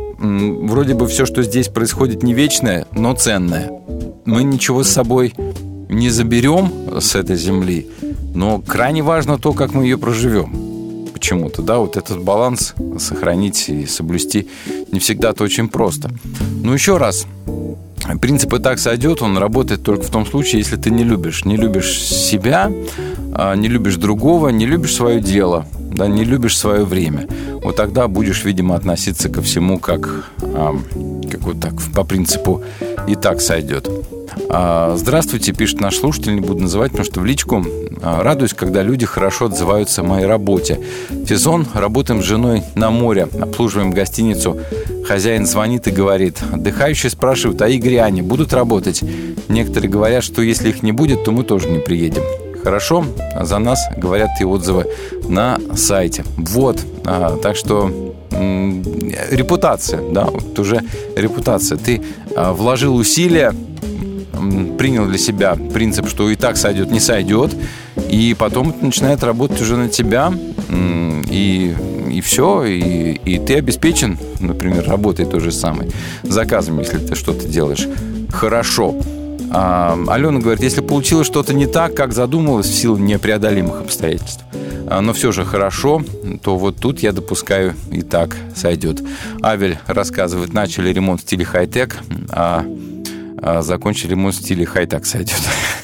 м, вроде бы все, что здесь происходит, не вечное, но ценное. Мы ничего с собой не заберем с этой земли, но крайне важно то, как мы ее проживем. Почему-то, да, вот этот баланс сохранить и соблюсти не всегда-то очень просто. Ну, еще раз, принцип «и так сойдет», он работает только в том случае, если ты не любишь. Не любишь себя, не любишь другого, не любишь свое дело, да, не любишь свое время. Вот тогда будешь, видимо, относиться ко всему как, как вот так, по принципу «и так сойдет». Здравствуйте, пишет наш слушатель, не буду называть, потому что в личку. Радуюсь, когда люди хорошо отзываются о моей работе. В сезон работаем с женой на море, обслуживаем гостиницу хозяин звонит и говорит: отдыхающие спрашивают, а Игорь и Аня будут работать? Некоторые говорят, что если их не будет, то мы тоже не приедем. Хорошо, за нас говорят и отзывы на сайте. Вот, а, так что м- репутация, да, вот уже репутация. Ты а, вложил усилия, м- принял для себя принцип, что и так сойдет, не сойдет, и потом это начинает работать уже на тебя, м- и, и все, и, и ты обеспечен, например, работой той же самой, заказом, если ты что-то делаешь хорошо. А, Алена говорит, если получилось что-то не так, как задумалось в силу непреодолимых обстоятельств, а, но все же хорошо, то вот тут я допускаю и так сойдет. Авель рассказывает, начали ремонт в стиле хай-тек, а, а закончили ремонт в стиле хай-так сойдет.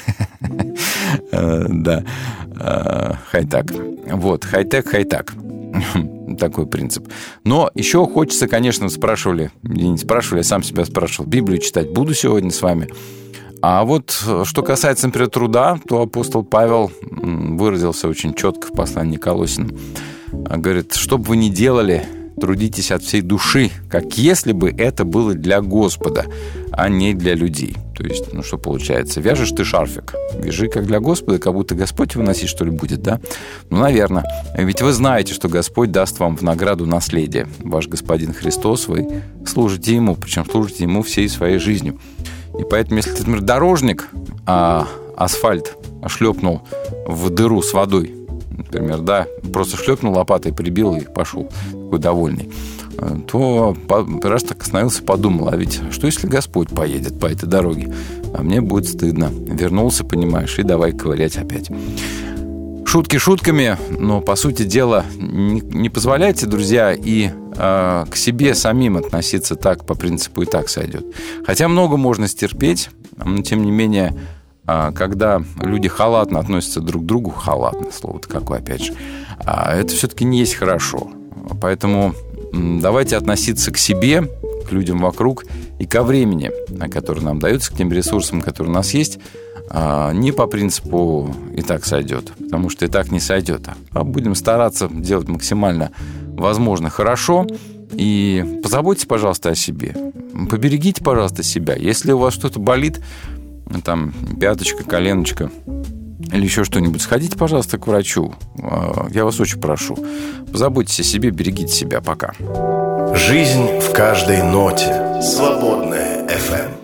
Да, хай-так. Вот, хай-тек, хай-так. Такой принцип. Но еще хочется, конечно, спрашивали, не спрашивали, я сам себя спрашивал, Библию читать буду сегодня с вами. А вот что касается, например, труда, то апостол Павел выразился очень четко в послании к Колоссянам. Говорит, что бы вы ни делали, трудитесь от всей души, как если бы это было для Господа, а не для людей. То есть, ну что получается, вяжешь ты шарфик, вяжи как для Господа, как будто Господь его носить, что ли, будет, да? Ну, наверное. Ведь вы знаете, что Господь даст вам в награду наследие. Ваш Господин Христос, вы служите Ему, причем служите Ему всей своей жизнью. И поэтому, если ты, например, дорожник, а асфальт шлепнул в дыру с водой, например, да, просто шлепнул лопатой, прибил и пошел, такой довольный, то раз так остановился, подумал, а ведь что, если Господь поедет по этой дороге? А мне будет стыдно. Вернулся, понимаешь, и давай ковырять опять. Шутки шутками, но, по сути дела, не, не позволяйте, друзья, и э, к себе самим относиться так, по принципу «и так сойдет». Хотя много можно стерпеть, но, тем не менее, э, когда люди халатно относятся друг к другу, халатно, слово-то какое, опять же, э, это все-таки не есть хорошо. Поэтому э, давайте относиться к себе, к людям вокруг и ко времени, которое нам дается, к тем ресурсам, которые у нас есть, не по принципу «и так сойдет», потому что и так не сойдет. А будем стараться делать максимально возможно хорошо. И позаботьтесь, пожалуйста, о себе. Поберегите, пожалуйста, себя. Если у вас что-то болит, там, пяточка, коленочка или еще что-нибудь, сходите, пожалуйста, к врачу. Я вас очень прошу. Позаботьтесь о себе, берегите себя. Пока. Жизнь в каждой ноте. Свободная эф эм.